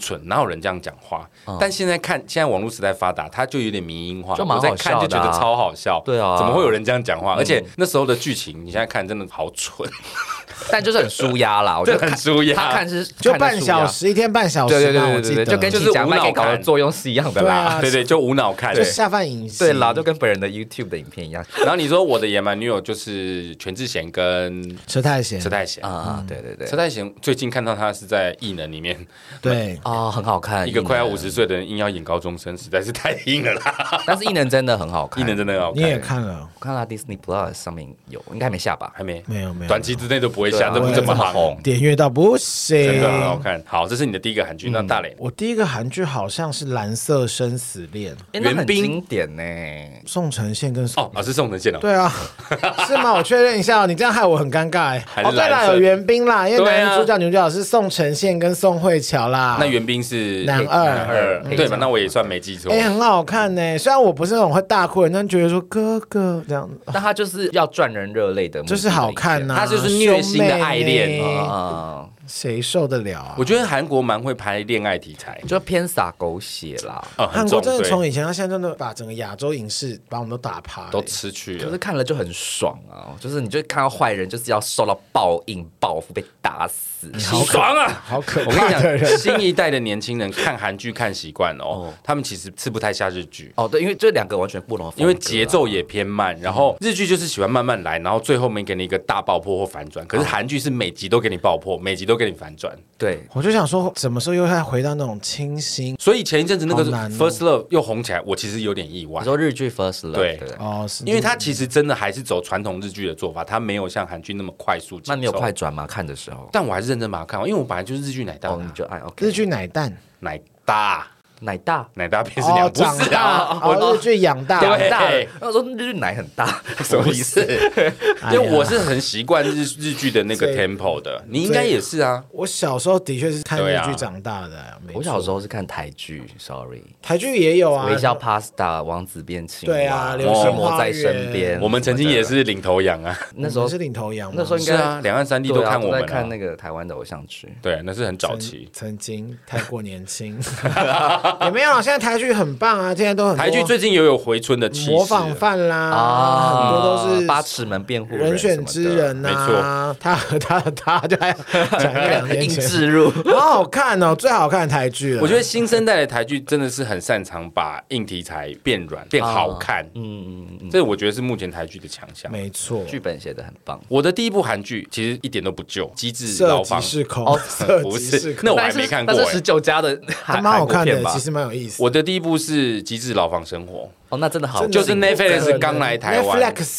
有人这样讲话。但现在网络时代发达，它就有点迷因化， 就蛮好笑的我在看就觉得超好笑。 对啊， 怎么会有人这样讲话？而且那时候的剧情，你现在看真的好蠢。 但就是很舒压啦，我觉得很舒压。 他看是就半小时，1天半小时， 对，就跟其假麦给搞的作用是一样的啦。 对，就无脑看， 就下饭影戏。 对啦，就跟本人的 YouTube 的影片一样。 然后你说我的野蛮女友就是全智贤跟车太贤啊，对， 车太贤最近看到他是在异能里面， 对啊，很好看。 一个快要50岁的人硬要演高中生，实在是太硬了啦。 但是异能真的很好看， 异能真的很好看。 你也看了？ 我看到 Disney Plus 上面有，应该还没下吧？ 还没有， 短期之内都不会下，这么红， 点阅到不行， 真的很好看。好，这是你的第一个韩剧，那大磊， 我第一个韩剧好像是《蓝色生死恋》， 很经典呢。 宋承宪跟是宋承宪哦。 对啊，是吗？我确认一下，你这样害我很尴尬。对啦，有袁彬啦，因为男主角女主角是宋承宪跟宋慧乔啦。 那袁彬是男二， 对吧？那我也算没记错。 很好看呢。虽然我不是那种会大哭的人，但觉得说哥哥这样， 但他就是要赚人热泪的， 就是好看呐。 他就是虐心的爱恋啊。谁受得了啊？ 我觉得韩国蛮会拍恋爱题材， 就偏洒狗血啦。 韩国真的从以前到现在，真的把整个亚洲影视把我们都打趴， 都吃去了。 可是看了就很爽啊！就是你就看到坏人就是要受到报应、报复，被打死， 好爽啊！ 好可怕！ 我跟你讲，新一代的年轻人看韩剧看习惯哦，他们其实吃不太下日剧。 对，因为这两个完全不同的风格， 因为节奏也偏慢，然后日剧就是喜欢慢慢来，然后最后面给你一个大爆破或反转。可是韩剧是每集都给你爆破，每集都给你反转。 对， 我就想说，什么时候又再回到那种清新？ 所以前一阵子那个 First Love 又红起来，我其实有点意外。 你说日剧 First Love 对， 是因为它其实真的还是走传统日剧的做法，它没有像韩剧那么快速。 那你有快转吗？看的时候？ 但我还是认真把它看完，因为我本来就是日剧奶蛋。 你就爱 OK。日剧奶蛋， 奶大。 奶大便是娘，不是啊！ 日剧养大， 他说日剧奶很大，什么意思？ 因为我是很习惯日剧的那个 tempo 的，你应该也是啊。 我小时候的确是看日剧长大的， 我小时候是看台剧 ，sorry， 台剧也有啊， 微笑 Pasta、王子变青蛙， 对啊， 流星魔在身边， 我们曾经也是领头羊啊。 那时候是领头羊， 那时候应该啊，两岸三地都看我们， 看那个台湾的偶像剧， 对，那是很早期， 曾经太过年轻，也没有了，现在台剧很棒啊，现在都很台剧最近也有回春的气势， 模仿犯啦，很多都是八尺门辩护人选之人呐， 没错， 他就还讲2年前硬植入， 好好看哦，最好看的台剧了。 我觉得新生代的台剧真的是很擅长把硬题材变软变好看，这我觉得是目前台剧的强项。 没错， 剧本写得很棒。 我的第一部韩剧其实一点都不旧，《机智牢房》不是，那我还没看过。 但是19家的还蛮好看的，其实蛮有意思。 我的第一部是《机智牢房生活》。 那真的好， 就是 Netflix 刚来台湾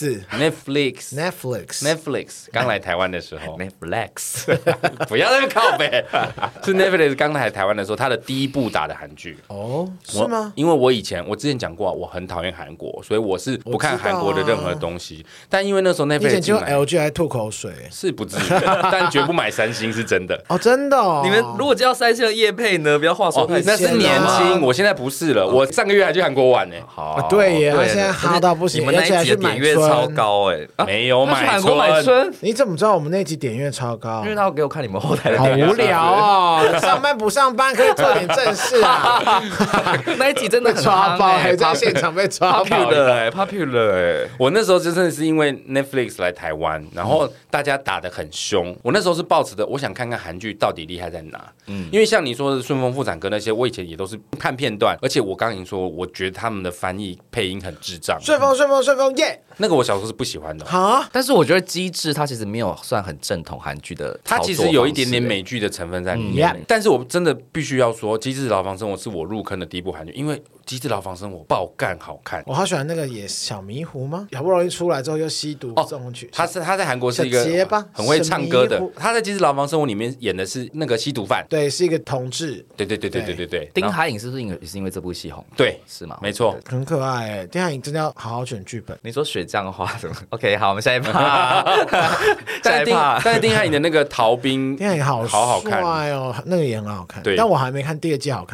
，Netflix 刚来台湾的时候 ，Netflix 不要那么靠北，是 Netflix 刚来台湾的时候，他的第一部打的韩剧。 是吗？ 因为我之前讲过，我很讨厌韩国，所以我是不看韩国的任何东西。但因为那时候 Netflix 进来 LG 还吐口水， 是不至于，但绝不买3星是真的。 真的。 你们如果叫3星的业配呢，不要话说太那是年轻，我现在不是了。我上个月还去韩国玩呢。 好。对耶，他现在哈到不行， 你们那一集的点阅超高没有买春， 你怎么知道我们那集点阅超高？ 因为他要给我看你们后台的。 好无聊哦，上班不上班可以做点正事啊。 那一集真的很抓包，还在现场被抓包的，popular。 我那时候真的是因为 Netflix 来台湾，然后大家打得很凶。我那时候是抱持的，我想看看韩剧到底厉害在哪。因为像你说的顺风妇产科那些，我以前也都是看片段，而且我刚已经说，我觉得他们的翻译配音很智障。顺风耶！那个我小时候是不喜欢的。 但是我觉得机智它其实没有算很正统韩剧的， 它其实有一点点美剧的成分在里面。但是我真的必须要说，《机智牢房生活》是我入坑的第一部韩剧，因为《机智牢房生活》爆干好看。 我好喜欢那个也小迷糊吗？好不容易出来之后又吸毒送去。 他在韩国是一个很会唱歌的。他在《机智牢房生活》里面演的是那个吸毒犯， 对，是一个同志。 对。 丁海寅是不是也是因为这部戏红？ 对， 是吗？ 没错， 很可爱。丁海寅真的要好好选剧本。 你说雪降花什么 ？OK， 好，我们下一趴。 但是丁海寅的那个逃兵， 丁海寅好好看哦，那个也很好看。 对， 但我还没看第2季，好看吗？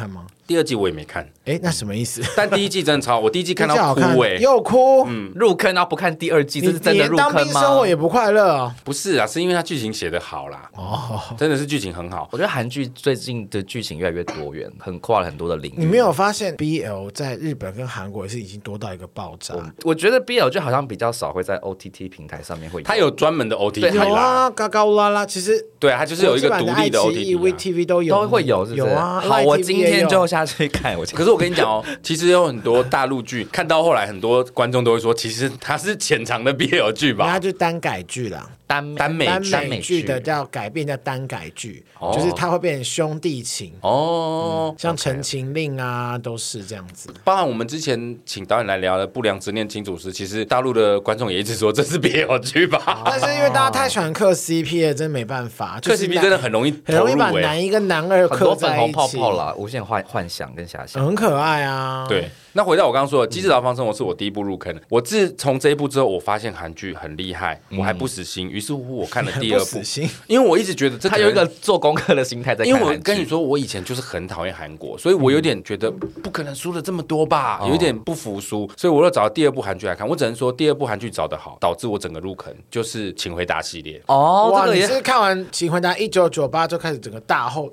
第2季我也没看。 那什么意思？ 但第1季真的超，我第1季看到哭又哭。 入坑，然后不看第2季，这是真的入坑吗？ 当兵生活也不快乐啊？ 不是啊，是因为它剧情写得好啦。真的是剧情很好。 我觉得韩剧最近的剧情越来越多元，很跨了很多的领域。 你没有发现 BL 在日本跟韩国也是已经多到一个爆炸？ 我觉得 BL 就好像比较少会在 OTT 平台上面会有， 它有专门的 OTT 啦。 有啊，嘎嘎乌拉拉，其实对，它就是有一个独立的 OTT，VTV 都有， 都会有， 有啊。 好，我今天就下去看。 可是我跟你讲哦，其实有很多大陆剧，看到后来很多观众都会说，其实它是潜藏的 BL 剧吧？ 它就是单改剧啦。 耽美剧的叫改变叫单改剧，就是它会变成兄弟情像《陈情令》啊，都是这样子。 包含我们之前请导演来聊的《不良执念清楚时》，其实大陆的观众也一直说这是 BL 剧吧？ 但是因为大家太喜欢磕 CP 了，真没办法。 磕 CP 真的很容易把男一跟男二磕在一起， 很多粉红泡泡啦，无限幻想跟遐想， 很可爱啊。 对。那回到我刚刚说的，《机智牢房生活》是我第一部入坑的。我自从这一部之后，我发现韩剧很厉害，我还不死心。于是乎，我看了第2部，因为我一直觉得他有一个做功课的心态在看韩剧。 因为我跟你说，我以前就是很讨厌韩国，所以我有点觉得不可能输了这么多吧，有点不服输，所以我又找到第2部韩剧来看。我只能说，第2部韩剧找得好，导致我整个入坑，就是《请回答》系列。 哇，你是看完《请回答》1998就开始整个大后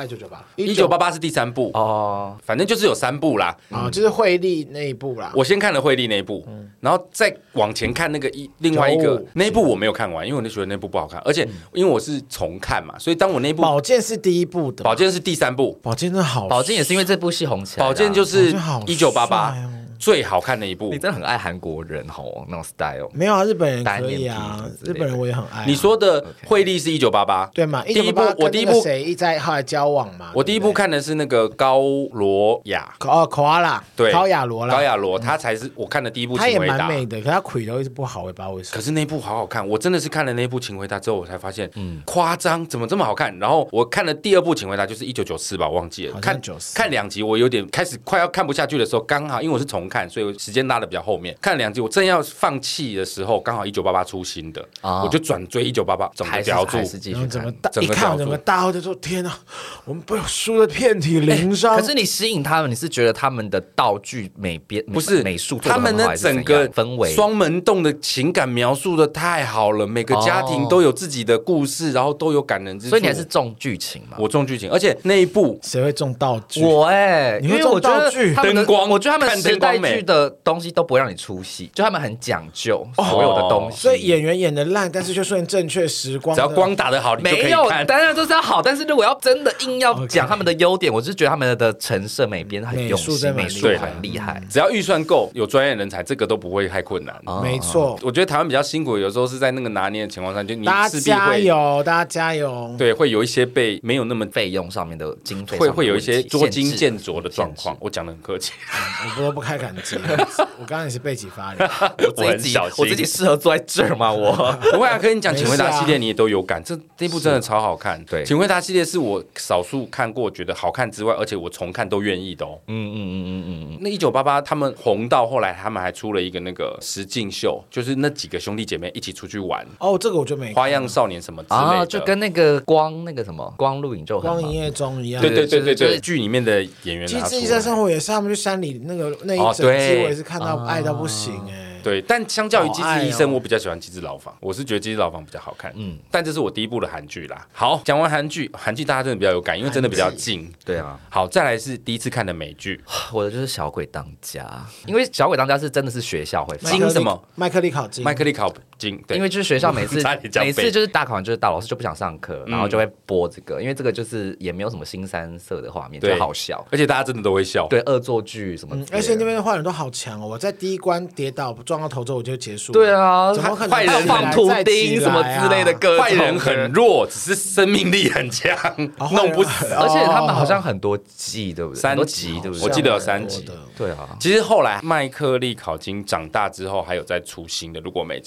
1988 是第3部反正就是有3部啦。 就是惠利那一部。 我先看了惠利那一部，然后再往前看那个另外一个那一部我没有看完，因为我就觉得那部不好看，而且因为我是重看嘛，所以当我那部宝剑是第1部的， 宝剑是第3部， 宝剑真的好， 宝剑也是因为这部戏红起来， 宝剑就是1988最好看的一部。 你真的很爱韩国人那种 style。 没有啊，日本人可以啊，日本人我也很爱。 你说的惠利是1988， 对嘛？ 第一部我第一部谁在后来交往嘛？ 我第一部看的是那个高罗雅 ，Koala，对，高雅罗， 他才是我看的第一部。 他也蛮美的，可他腿都一直不好，我也不知道为什么。 可是那部好好看，我真的是看了那部《请回答》之后，我才发现，夸张，怎么这么好看？然后我看了第2部《请回答》，就是1994吧，我忘记了。看2集，我有点开始快要看不下去的时候，刚好因为我是重看，所以我时间拉的比较后面。看了2集，我正要放弃的时候，刚好1988出新的，我就转追1988，整个叼住， 一看整个大后就说：天哪，我们被输的遍体鳞伤。 可是你吸引他们，你是觉得他们的道具美编不是美术， 他们的整个氛围双门洞的情感描述的太好了，每个家庭都有自己的故事，然后都有感人之处。 所以你还是重剧情嘛？ 我重剧情，而且那一部谁会重道具？ 我你会重道具？ 灯光， 我觉得他们时代剧的东西都不会让你出戏，就他们很讲究所有的东西。 所以演员演的烂，但是就算正确时光， 只要光打得好，你就可以看。 没有，当然都是要好，但是如果要真的硬要讲他们的优点，我是觉得他们的陈设美编很用心，美术很厉害。 只要预算够，有专业人才，这个都不会太困难。 没错， 我觉得台湾比较辛苦，有时候是在那个拿捏的情况下，就你大家加油，大家加油。 对，会有一些被没有那么费用上面的经费会有一些捉襟见肘的状况。我讲的很客气， 我不开感激。我刚刚也是背脊发凉， 我自己适合坐在这儿吗？我不会啊，跟你讲，请回答系列你也都有感，这部真的超好看。对，请回答系列是我少数看过觉得好看之外，而且我重看都愿意的哦。那1988他们红到后来，他们还出了一个那个实境秀，就是那几个兄弟姐妹一起出去玩。 这个我就没看。 花样少年什么之类的， 就跟那个光那个什么光录影就光营业中一样。 对，剧里面的演员。 机智医生生活也是他们去山里那一整集，我也是看到爱到不行对，但相较于机智医生，我比较喜欢机智牢房。我是觉得机智牢房比较好看。但这是我第一部的韩剧啦。好，讲完韩剧大家真的比较有感，因为真的比较近。 对啊。 好，再来是第一次看的美剧， 我的就是《小鬼当家》，因为《小鬼当家》是真的是学校会金什么麦克利考金， 对， 因为就是学校每次就是大考完就是大老师就不想上课，然后就会播这个，因为这个就是也没有什么新三色的画面，就好笑， 而且大家真的都会笑。 对，恶作剧什么， 而且那边的坏人都好强哦！我在第一关跌倒撞到头之后我就结束。 对啊， 怎么可能坏人放图钉什么之类的歌， 坏人很弱，只是生命力很强，弄不死。 而且他们好像很多季，对不对 ？3集，对不对？我记得有3集。 对啊， 其实后来麦克利考金长大之后还有再出新的，如果没记错， 好像是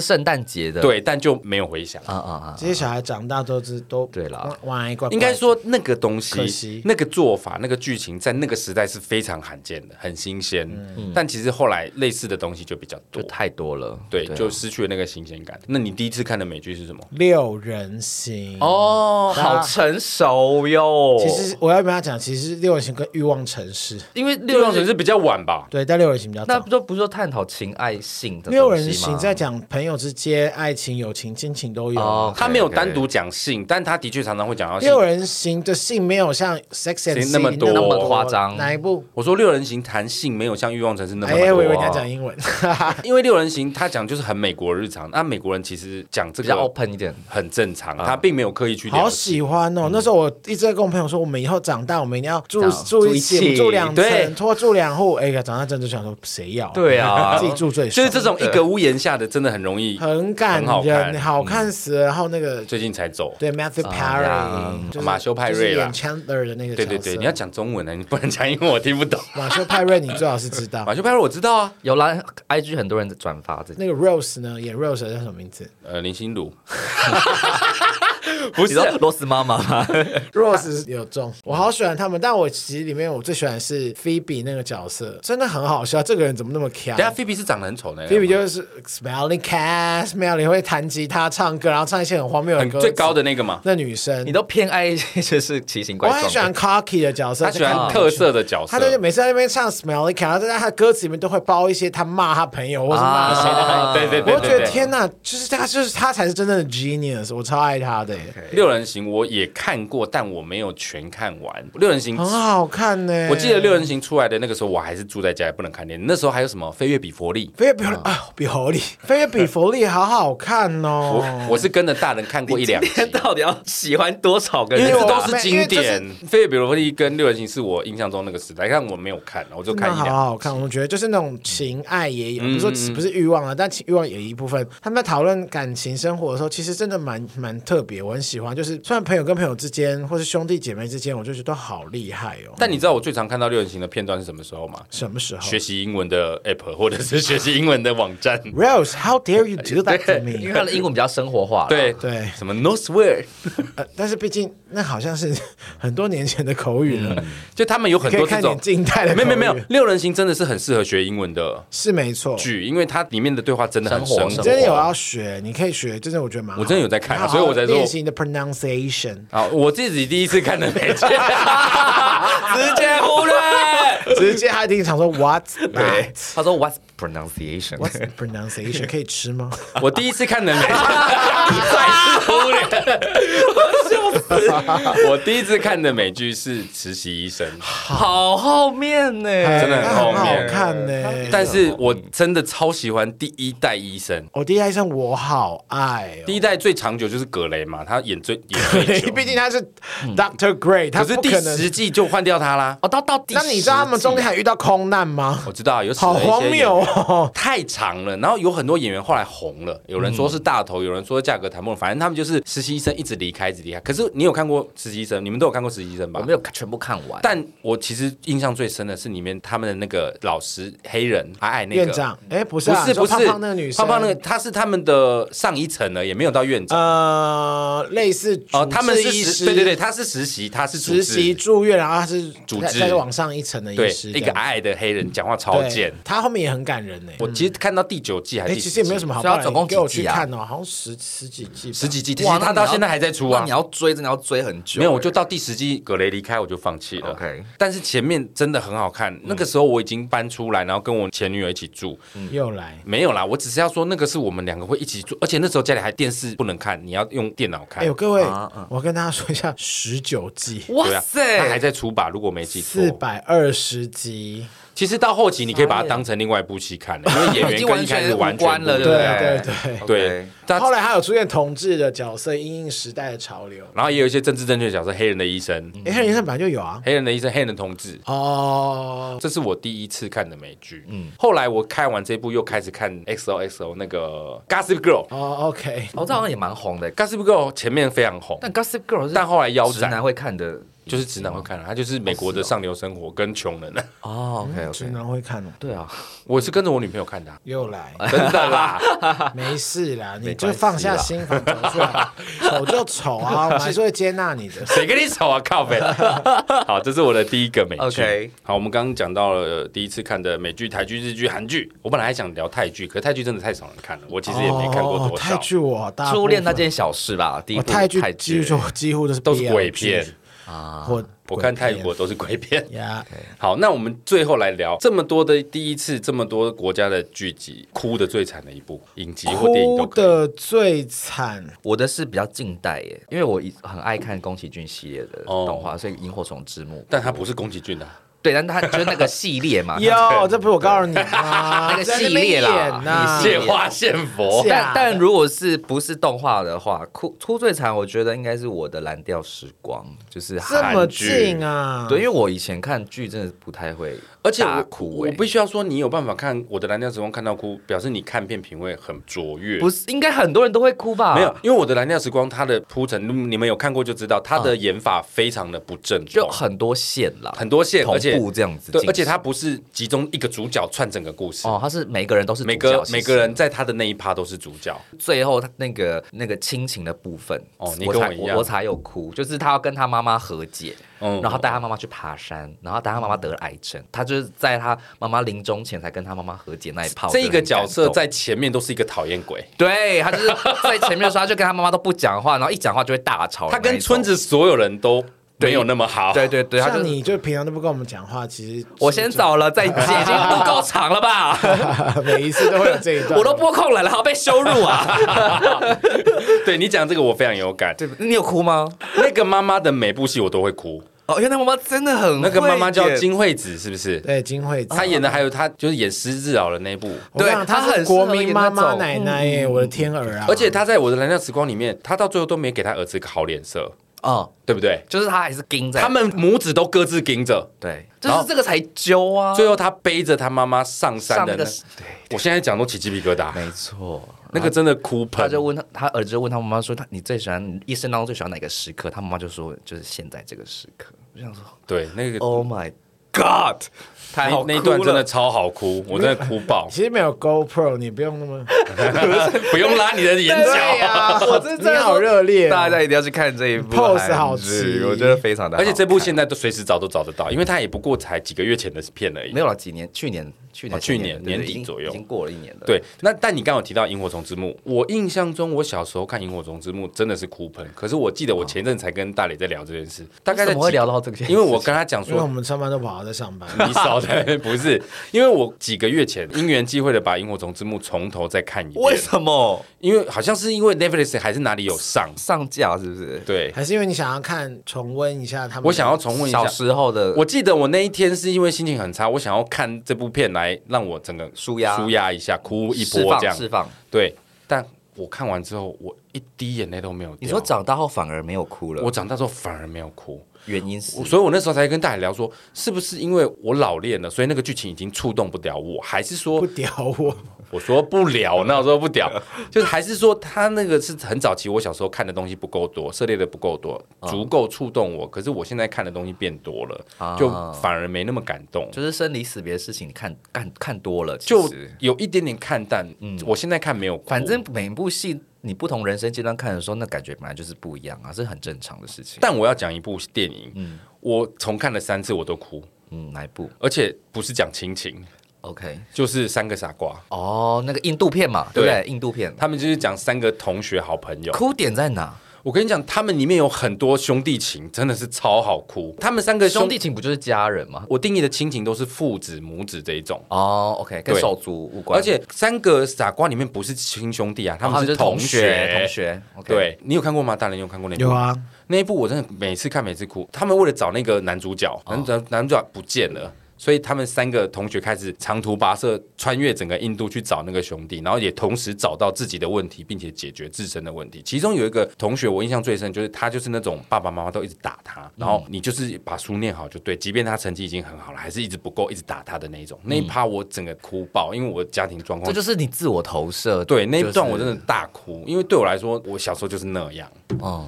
圣诞节的， 对，但就没有回响。 这些小孩长大都对啦， 玩一怪。 应该说那个东西，那个做法，那个剧情，在那个时代是非常罕见的，很新鲜。但其实后来类似的东西就比较多， 就太多了， 对，就失去了那个新鲜感。那你第一次看的美剧是什么？ 六人行哦，好成熟哟。 其实我要跟他讲，其实六人行跟欲望城市， 因为欲望城市比较晚吧？ 对，但六人行比较早。 那不是说探讨情爱性的六人行在讲朋友之间，爱情、友情、亲情都有。 他没有单独讲性，但他的确常常会讲到性。 六人行的性没有像 Sex and City 那么多那么夸张。 哪一部？ 我说六人行谈性没有像欲望城市那么多。 我以为你要讲英文。 因为六人行他讲就是很美国日常，那美国人其实讲这个比较 open 一点， 很正常，他并没有刻意去。 好喜欢哦！那时候我一直在跟我朋友说，我们以后长大，我们一定要住一起，住2层，或住2户。哎呀，长大真的想说，谁要？ 对啊， 自己住最爽。 就是这种一个屋檐下的，真的很容易， 很感人，好看死了。然后那个最近才走， 对 Matthew Perry， 马修派瑞啦， 演 Chandler 的那个角色。 对，你要讲中文呢，你不能讲英文，我听不懂。 马修派瑞，你最好是知道。 马修派瑞我知道啊， 有啦 ，IG 很多人在转发这。 那个 Rose 呢？演 Rose 的叫什么名字？ 林心如。不是罗斯妈妈吗 ？Rose 有中，我好喜欢他们，但我其实里面我最喜欢的是 Phoebe 那个角色，真的很好笑。这个人怎么那么强？ 等下 Phoebe 是长得很丑的。 Phoebe 就是 Smelly Cat，Smelly 会弹吉他、唱歌，然后唱一些很荒谬的歌。 最高的那个嘛， 那女生， 你都偏爱一些就是奇形怪状。 我很喜欢 Cocky 的角色， 他喜欢特色的角色。 他就每次在那边唱 Smelly Cat，然后在他的歌词里面都会包一些他骂他朋友或是骂谁的。 对， 我觉得天哪，就是他才是真正的 genius， 我超爱他的。 六人行我也看过，但我没有全看完。六人行很好看呢。 我记得六人行出来的那个时候，我还是住在家，也不能看电影。那时候还有什么飞跃比佛利？ 飞跃比佛利啊，比佛利，飞跃比佛利好好看哦。 我是跟着大人看过1-2集。 今天到底要喜欢多少个人？ 因为这都是经典。飞跃比佛利跟六人行是我印象中那个时代，但我没有看，我就看1-2集。 好好看，我觉得就是那种情爱也有，不是欲望啊，但欲望也有一部分。他们在讨论感情生活的时候，其实真的蛮特别，我很喜欢。就是虽然朋友跟朋友之间，或是兄弟姐妹之间，我就觉得都好厉害哦。 但你知道我最常看到六人行的片段是什么时候吗？ 什么时候？ 学习英文的 app 或者是学习英文的网站。 Rose，how dare you do that to me？ 因为他的英文比较生活化。 对，什么 no swear。 但是毕竟那好像是很多年前的口语了。 就他们有很多这种静态的口语。 没有，六人行真的是很适合学英文的， 是没错剧，因为它里面的对话真的很生活。 真的有要学，你可以学，真的我觉得蛮好。 我真的有在看，所以我才说练习你的 pronunciation。 好，我自己第一次看的美剧，直接忽略， 直接他一定想说 What's that？ 他说 What's pronunciation？What's pronunciation？ 可以吃吗？ 我第一次看的美剧，再次忽略，笑死！我第一次看的美剧是《实习医生》， 好后面呢， 真的很后面， 好看呢。 但是我真的超喜欢第一代医生。 第一代医生我好爱。 第一代最长久就是葛雷嘛，他演最久， 毕竟他是 Dr. Gray， 可是第10季就换掉他啦。 到第10季， 那你知道他们中间还遇到空难吗？ 我知道，有好荒谬哦， 太长了。然后有很多演员后来红了，有人说是大头，有人说价格谈不拢，反正他们就是实习医生一直离开。可是你有看过实习医生？你们都有看过实习医生吧？ 我没有全部看完， 但我其实印象最深的是里面他们的那个老师黑人矮那个院长。不是胖胖那个女生， 胖胖那个他是他们的上一层了，也没有到院长。 类似他们是医师， 对，他是实习，他是实习住院，然后他是主治， 再往上一层的医师， 一个矮的黑人，讲话超贱。 他后面也很感人呢。 我其实看到第9季还是第10季， 其实也没有什么好看的， 总共给我去看哦，好像十几季， 其实他到现在还在出啊。 你要追，真的要追很久。 没有，我就到第10季葛雷离开我就放弃了。 OK， 但是前面真的很好看。那个时候我已经搬出来，然后跟我前女友一起住。 又来？ 没有啦，我只是要说那个是我们2个会一起住，而且那时候家里还电视不能看，你要用电脑看。 各位，我跟大家说一下，19季， 哇塞， 他还在出吧？如果没记错 ，420集。 其实到后期你可以把它当成另外一部戏看了，因为演员跟一开始完全了， 对。后来还有出现同志的角色，因应时代的潮流， 然后也有一些政治正确的角色，黑人的医生， 黑人医生本来就有啊， 黑人的医生，黑人的同志。这是我第一次看的美剧。后来我看完这部又开始看 XOXO 那个 Gossip Girl。 OK， 这好像也蛮红的。 Gossip Girl 前面非常红， 但 Gossip Girl 但后来腰斩， 直男会看的。 就是直男会看，他就是美国的上流生活跟穷人。 哦 ，OK， 直男会看哦。 对啊， 我是跟着我女朋友看的。 又来， 真的啦， 没事啦，你就放下心防走出来，丑就丑啊，我们还是会接纳你的。 谁跟你丑啊？靠北。好，这是我的第一个美剧。 OK， 好，我们刚刚讲到了第一次看的美剧、台剧、日剧、韩剧。我本来还想聊泰剧，可是泰剧真的太少人看了，我其实也没看过多少。 泰剧我初恋那件小事吧，第一部泰剧几乎都是鬼片啊。 我看泰国都是鬼片。 呀， 好，那我们最后来聊这么多的第一次，这么多国家的剧集，哭的最惨的一部影集或电影都可以。 哭的最惨， 我的是比较近代耶，因为我很爱看宫崎骏系列的动画，所以《萤火虫之墓》， 但它不是宫崎骏的。 对，但他就是那个系列嘛。 哟，这不是我告诉你吗？ 那个系列啦， 借花献佛。 但如果不是动画的话，哭最惨，我觉得应该是我的《蓝调时光》，就是韩剧。这么近啊？ 对，因为我以前看剧真的不太会。 而且我必须要说，你有办法看我的《蓝调时光》看到哭，表示你看片品味很卓越。 不是，应该很多人都会哭吧？ 没有，因为我的《蓝调时光》它的铺陈，你们有看过就知道，它的演法非常的不正统， 就很多线啦， 很多线，而且同步这样子。 对，而且它不是集中一个主角串整个故事哦，它是每个人都是主角， 每个人在他的那一趴都是主角。 最后他那个亲情的部分， 哦，你跟我一样， 我才有哭，就是他要跟他妈妈和解。然后带他妈妈去爬山，然后带他妈妈得了癌症，他就是在他妈妈临终前才跟他妈妈和解那一炮。 这个角色在前面都是一个讨厌鬼， 对，他就是在前面的时候，他就跟他妈妈都不讲话，然后一讲话就会大吵。 他跟村子所有人都没有那么好。 对对对， 像你就平常都不跟我们讲话，其实我先走了再接，已经不够长了吧？ 每一次都会有这一段， 我都播控了，然后被羞辱啊！ 对你讲这个我非常有感。 你有哭吗？ 那个妈妈的每部戏我都会哭。 哦，因为那妈妈真的很会， 那个妈妈叫金惠子，是不是？ 对，金惠子， 她演的还有她就是演失智老的那部， 对，她很国民妈妈奶奶耶，我的天儿啊！ 而且她在我的蓝调时光里面，她到最后都没给她儿子一个好脸色。对不对？ 就是他还是盯在， 他们母子都各自盯着， 对，就是这个才揪啊。 最后他背着他妈妈上山的对， 我现在讲都起鸡皮疙瘩。 没错， 那个真的哭喷。 他就问他儿子就问他妈妈说：“你最喜欢一生当中最喜欢哪个时刻？”他妈妈就说：“就是现在这个时刻。”我想说， 对，那个 Oh my God， 太好哭了， 那一段真的超好哭，我真的哭爆。 其实没有 GoPro， 你不用那么不用拉你的眼角。 对呀，我真的好热烈， 大家一定要去看这一部 pose 好吃， 我觉得非常的好。 而且这部现在都随时找都找得到，因为它也不过才几个月前的片而已。 没有了，几年，去年年底左右， 已经过了1年了。 对，但你刚刚有提到《萤火虫之墓》，我印象中我小时候看《萤火虫之墓》真的是哭喷。可是我记得我前阵才跟大磊在聊这件事，大概怎么会聊到这个？ 因为我跟他讲说， 因为我们上班都跑好在上班， 你少在不是？因为我几个月前因缘际会的把《萤火虫之墓》从头再看一遍。 为什么？ 因为好像是因为 Netflix 还是哪里有上架，是不是？ 对， 还是因为你想要重温一下他们？ 我想要重温一下小时候的。 我记得我那一天是因为心情很差，我想要看这部片来让我整个舒压一下，哭一波这样释放。 对，但我看完之后，我一滴眼泪都没有掉。 你说长大后反而没有哭了？ 我长大之后反而没有哭。 原因是， 所以我那时候才跟大海聊说，是不是因为我老练了，所以那个剧情已经触动不了我，还是说不屌我？ 我说不了，那我说不屌，就是还是说他那个是很早期我小时候看的东西不够多，涉猎的不够多，足够触动我。可是我现在看的东西变多了，就反而没那么感动。 就是生离死别的事情，你看多了， 就有一点点看淡。我现在看没有哭， 反正每部戏。你不同人生阶段看的时候，那感觉本来就是不一样啊，是很正常的事情。 但我要讲一部电影，我重看了3次我都哭。 哪一部？ 而且不是讲亲情 ，OK， 就是3个傻瓜。 哦，那个印度片嘛，对不对？印度片， 他们就是讲3个同学好朋友。 哭点在哪？ 我跟你讲，他们里面有很多兄弟情，真的是超好哭。他们3个兄弟情不就是家人吗？ 我定义的亲情都是父子、母子这一种。 哦 ，OK， 跟手足无关。 而且3个傻瓜里面不是亲兄弟啊，他们是同学。 Okay， 对，你有看过吗？大人有看过那部？ 有啊， 那一部我真的每次看每次哭。他们为了找那个男主角，男主角不见了。所以他们3个同学开始长途跋涉，穿越整个印度去找那个兄弟，然后也同时找到自己的问题，并且解决自身的问题。其中有一个同学我印象最深，就是他就是那种爸爸妈妈都一直打他，然后你就是把书念好就对，即便他成绩已经很好了，还是一直不够，一直打他的那一种。那一趴我整个哭爆，因为我家庭状况， 这就是你自我投射。 对，那一段我真的大哭，因为对我来说，我小时候就是那样。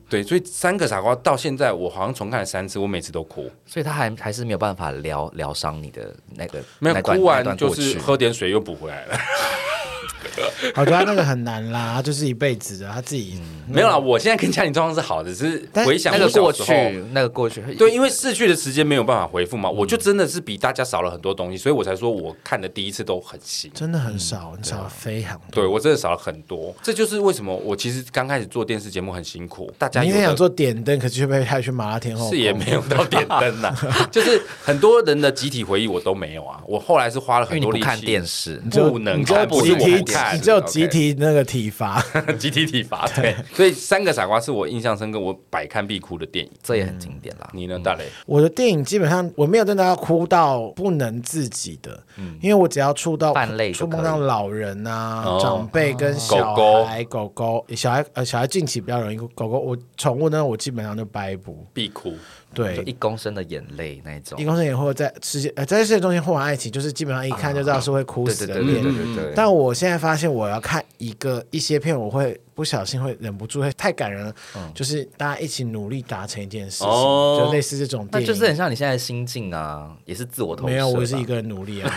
对，所以三个傻瓜到现在我好像重看了3次，我每次都哭。 所以他还是没有办法疗伤你的那个， 没有哭完就是喝点水又补回来了。 我觉得他那个很难啦，他就是一辈子的，他自己没有啦。我现在跟家庭状况是好的，只是回想那个过去，那个过去， 对，因为逝去的时间没有办法回复嘛，我就真的是比大家少了很多东西，所以我才说我看的第一次都很新， 真的很少，很少，非常多。 对我真的少了很多，这就是为什么我其实刚开始做电视节目很辛苦。大家你也想做点灯，可是却被派去麻辣天后， 是也没有到点灯呐，就是很多人的集体回忆我都没有啊。我后来是花了很多力气， 因为你不看电视， 不能看，不是我不看， 你只有集体那个体罚， 集体体罚。对，所以三个傻瓜是我印象深刻，我百看必哭的电影， 这也很经典啦。 你呢，大雷？ 我的电影基本上我没有真的要哭到不能自己的，因为我只要触碰到老人啊、长辈跟小孩、狗狗、小孩近期比较容易，狗狗我宠物呢，我基本上就掰不必哭。 对， 就1公升的眼泪那一种，1 公升眼或在世界中心或完爱情，就是基本上一看就知道是会哭死的片。 对。 但我现在发现，我要看一些片，我会不小心会忍不住，会太感人了。就是大家一起努力达成一件事情，就类似这种电影， 那就是很像你现在的心境啊，也是自我投射。 没有，我是一个人努力啊。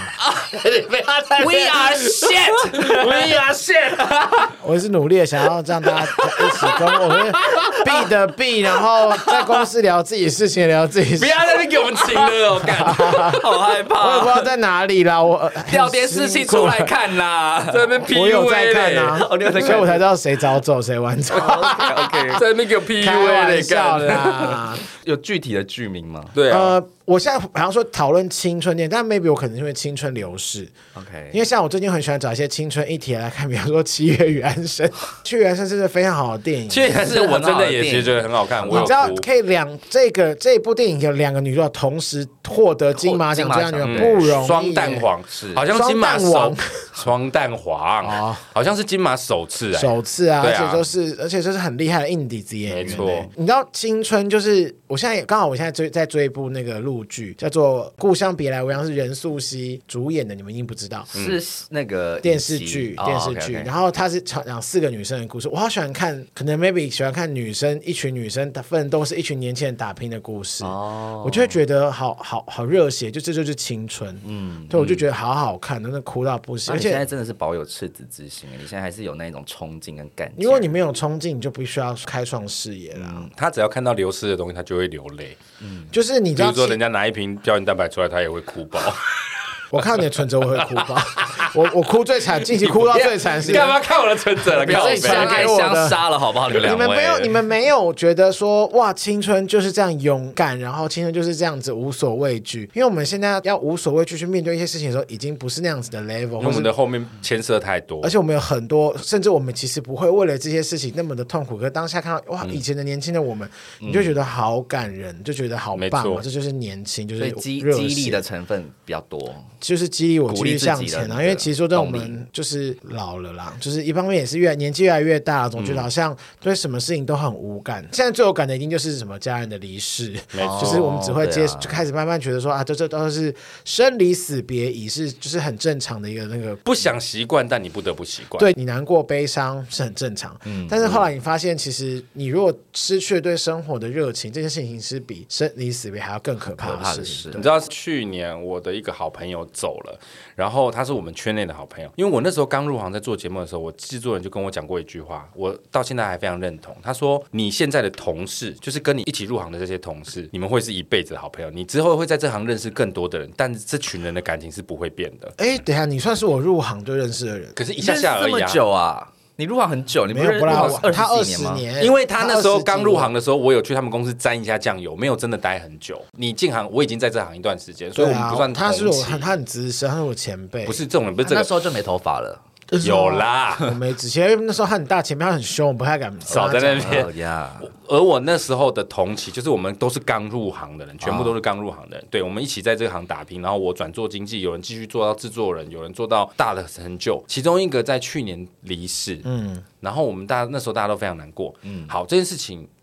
We are shit, we are shit。 我是努力的想要让大家一起跟我们避的避，然后在公司聊自己事情，聊自己事情。 不要在那边给我们情了，我干，好害怕。 我也不知道在哪里啦，我调电视器出来看啦， 在那边 PUA 我有在看啊，所以我才知道谁早走谁晚走。 OK， 在那边给我 PUA 的干啦。 有具体的剧名吗？ 对啊。 我现在好像说讨论青春电影，但 maybe 我可能是因为青春流逝。 OK， 因为像我最近很喜欢找一些青春议题来看，比方说《七月与安生》，《七月与安生》是个非常好的电影。 七月与安生我真的也其实觉得很好看。 你知道可以这部电影有2个女主角同时获得金马奖，这样女不容易。 双蛋黄是，好像金马双蛋黄，好像是金马首次啊，而且就是很厉害的硬底子演员。 没错， 你知道青春就是我现在在追一部那个陆剧，叫做《故乡别来无恙》，是任素汐主演的，你们一定不知道， 是那个电视剧。然后它是讲4个女生的故事，我好喜欢看，可能 maybe 喜欢看一群女生奋斗，是一群年轻人打拼的故事。我就会觉得好热血，这就是青春。对，我就觉得好好看，真的哭到不行。而且现在真的是保有赤子之心，你现在还是有那种冲劲跟感觉。 如果你没有冲劲，你就必须要开创视野啦。 他只要看到流失的东西，他就会流泪。 就是你知道， 比如说人家拿一瓶胶原蛋白出来，他也会哭爆。 我看你的存折我会哭爆，我哭最惨，近期哭到最惨是。 你干嘛看我的存折了？ 不要相爱相杀了，好不好？ 你们没有觉得说哇，青春就是这样勇敢，然后青春就是这样子无所畏惧？因为我们现在要无所畏惧去面对一些事情的时候，已经不是那样子的 level。 我们的后面牵涉太多， 而且我们有很多，甚至我们其实不会为了这些事情那么的痛苦。可是当下看到哇，以前的年轻的我们，你就觉得好感人，就觉得好棒啊！这就是年轻，就是激励的成分比较多。 就是激励我继续向前啊，因为其实说真的，我们就是老了啦，就是一方面也是年纪越来越大了，总觉得好像对什么事情都很无感。现在最有感的一定就是什么家人的离世，就是我们只会就开始慢慢觉得说啊，这都是生离死别已，是就是很正常的一个那个不想习惯，但你不得不习惯。 对，你难过悲伤是很正常，但是后来你发现，其实你如果失去了对生活的热情，这件事情是比生离死别还要更可怕的事情。 你知道去年我的一个好朋友走了，然后他是我们圈内的好朋友，因为我那时候刚入行在做节目的时候，我制作人就跟我讲过一句话，我到现在还非常认同。他说你现在的同事，就是跟你一起入行的这些同事，你们会是一辈子的好朋友，你之后会在这行认识更多的人，但这群人的感情是不会变的。 等一下，你算是我入行就认识的人， 可是一下下而已啊。 这么久啊？你入行很久，你没有不啦？他20年， 因为他那时候刚入行的时候，我有去他们公司沾一下酱油，没有真的待很久。你进行，我已经在这行一段时间，所以我们不算同期。 他很资深，他是我前辈。 不是这种人，不是这个。 那时候就没头发了。 有啦， 我没仔细，因为那时候他很大，前面他很凶，我不太敢少在那边。而我那时候的同期，就是我们都是刚入行的人，全部都是刚入行的人。对，我们一起在这个行打拼，然后我转做经纪，有人继续做到制作人，有人做到大的成就。其中一个在去年离世，然后我们那时候大家都非常难过。好，这件事情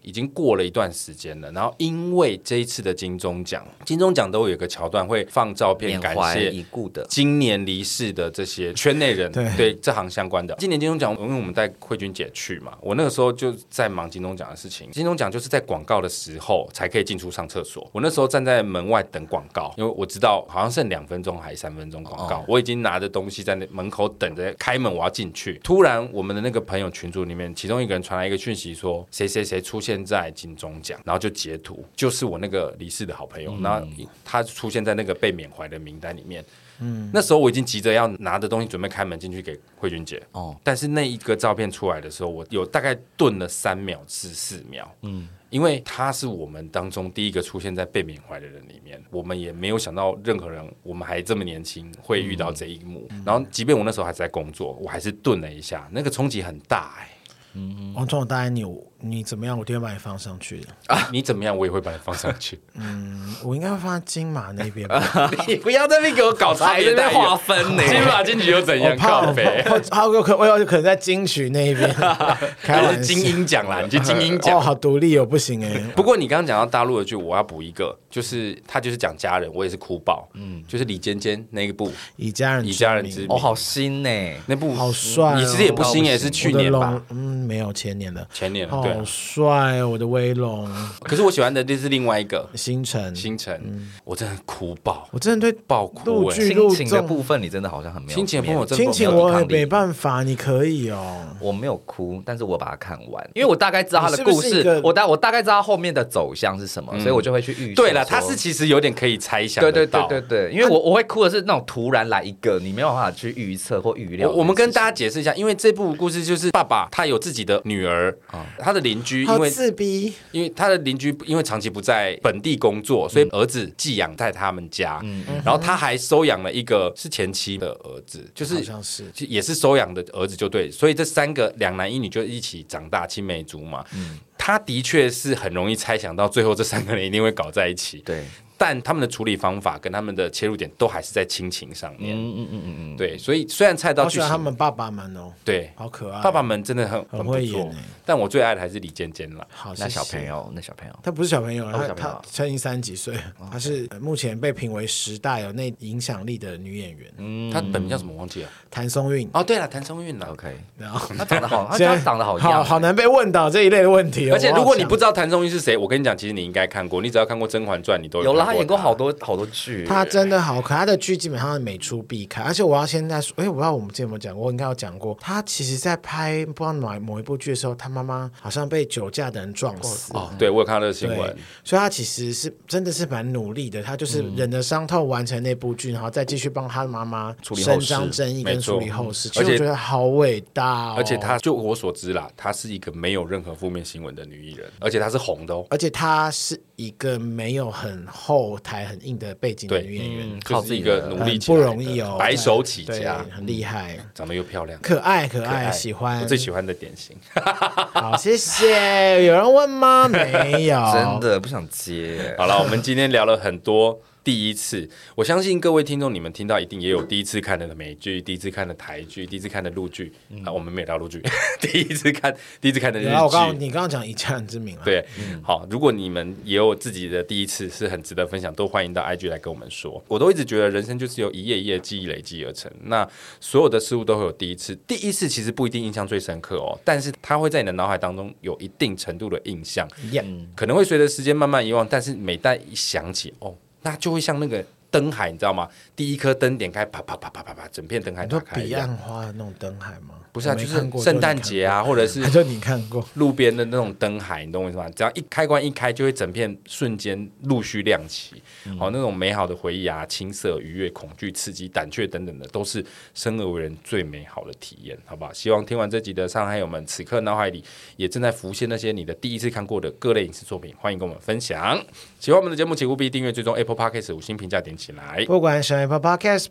已经过了一段时间了，然后因为这一次的金钟奖都有一个桥段会放照片感谢已故的今年离世的这些圈内人，对这行相关的。今年金钟奖因为我们带慧君姐去嘛，我那个时候就在忙金钟奖的事情。金钟奖就是在广告的时候才可以进出上厕所，我那时候站在门外等广告，因为我知道好像剩2分钟还是3分钟广告，我已经拿着东西在门口等着开门，我要进去。突然我们的那个朋友群组里面，其中一个人传来一个讯息说谁谁谁出现在金钟奖，然后就截图，就是我那个离世的好朋友，然后他出现在那个被缅怀的名单里面。那时候我已经急着要拿着东西准备开门进去给慧君姐，但是那一个照片出来的时候，我有大概顿了3秒至4秒，因为他是我们当中第一个出现在被缅怀的人里面，我们也没有想到任何人，我们还这么年轻会遇到这一幕，然后即便我那时候还在工作，我还是顿了一下，那个冲击很大王总，我答应你怎么样，我就会把你放上去的啊！你怎么样，我也会把你放上去。 我应该会放在金马那边。 你不要在那边给我搞差别待遇划分呢。 金马金曲又怎样？靠北。 我有可能在金曲那一边。 开玩笑，金鹰奖啦，你去金鹰奖。 好独立哦，不行哎。 不过你刚刚讲到大陆的剧，我要补一个，就是他就是讲家人，我也是哭爆。就是李尖尖那一部《 以家人之名》， 好新呢， 那部好帅。 你其实也不新也是去年吧？ 没有前年的。 前年好帅哦，我的威龙。 可是我喜欢的就是另外一个星辰， 我真的哭爆， 我真的对爆哭。 亲情的部分你真的好像很没有。 亲情的部分我真的亲情我没办法，你可以哦。 我没有哭，但是我把它看完，因为我大概知道他的故事，我大概知道后面的走向是什么，所以我就会去预。 对了，他是其实有点可以猜想得到。 对，因为我会哭的是那种突然来一个你没有办法去预测或预料。 我们跟大家解释一下，因为这部故事就是爸爸他有自己的女儿，他的邻居因为自闭，因为他的邻居因为长期不在本地工作，所以儿子寄养在他们家，然后他还收养了一个是前妻的儿子，就是好像是也是收养的儿子就对，所以这3个2男1女就一起长大，青梅竹马。他的确是很容易猜想到最后这3个人一定会搞在一起。 对。 但他们的处理方法跟他们的切入点都还是在亲情上面。对，所以虽然猜到剧情， 好喜欢他们爸爸们哦， 对， 好可爱， 爸爸们真的很会演。 但我最爱的还是李尖尖啦。 好， 那小朋友， 他不是小朋友，他已经30几岁，他是目前被评为10大有内影响力的女演员。 他本名叫什么忘记了？ 谭松韵。 哦，对了，谭松韵了。 OK， 然后他长得好，他长得好难被问到这一类的问题。 而且如果你不知道谭松韵是谁，我跟你讲，其实你应该看过，你只要看过《甄嬛传》，你都有了。他演过好多剧， 他真的好可爱，他的剧基本上每出必看。而且我要现在说，我不知道我们之前有没有讲过，我应该有讲过。他其实在拍不知道某一部剧的时候，他妈妈好像被酒驾的人撞死。 对，我有看到这个新闻。 所以他其实是真的是蛮努力的，他就是忍着伤痛完成那部剧，然后再继续帮他妈妈伸张正义跟处理后事。其实我觉得好伟大。 而且他就我所知啦，她是一个没有任何负面新闻的女艺人，而且她是红的哦。 而且她是一个没有很后台很硬的背景的女演员， 靠自己一个努力起来不容易哦， 白手起家， 很厉害， 长得又漂亮， 可爱，喜欢， 我最喜欢的典型。 好，谢谢。有人问吗？没有， 真的不想接。 好了，我们今天聊了很多第一次，我相信各位听众，你们听到一定也有第一次看的美剧，第一次看的台剧，第一次看的陆剧。我们没有聊陆剧，第一次看的日剧。 你刚刚讲以家人之名了。 对，好，如果你们也有自己的第一次是很值得分享，都欢迎到 IG 来跟我们说。我都一直觉得人生就是由一页一页记忆累积而成，那所有的事物都会有第一次，第一次其实不一定印象最深刻哦，但是它会在你的脑海当中有一定程度的印象，可能会随着时间慢慢遗忘，但是每当一想起那就会像那个灯海，你知道吗？第一颗灯点开，啪啪啪啪啪啪，整片灯海打开。 彼岸花的那种灯海吗？ 不是啊，就是圣诞节啊，或者是就你看过路边的那种灯海，你懂我意思吗？只要一开关一开，就会整片瞬间陆续亮起。那种美好的回忆啊，青涩、愉悦、恐惧、刺激、胆怯等等的，都是生而为人最美好的体验，好不好？希望听完这集的上海友们，此刻脑海里也正在浮现那些你的第一次看过的各类影视作品，欢迎跟我们分享。喜欢我们的节目，请务必订阅、追踪 Apple Podcast 5星评价点起来。 不管是 Apple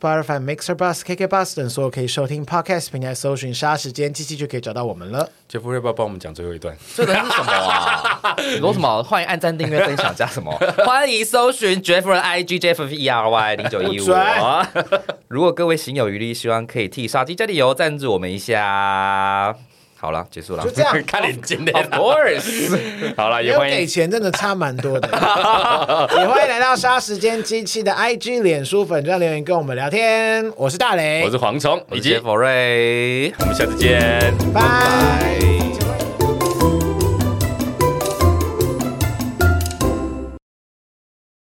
Podcast、Spotify、Mixer、Bus、KK Bus 等所有可以收听 Podcast 平台，搜寻杀时间机器就可以找到我们了。 杰夫，要不要帮我们讲最后一段？ 这段是什么啊？你说什么？欢迎按赞、订阅、分享加什么？欢迎搜寻 Jeff 的 IG JeffERY0915。如果各位行有余力，希望可以替杀鸡加点油赞助我们一下。 好了，结束了， 就这样， 看脸金的 ，Of course， 好了， 也欢迎给钱真的差蛮多的，也欢迎来到杀时间机器的 IG、脸书粉专留言跟我们聊天。我是大雷， 我是蝗虫， 以及佛瑞， 我们下次见， 拜。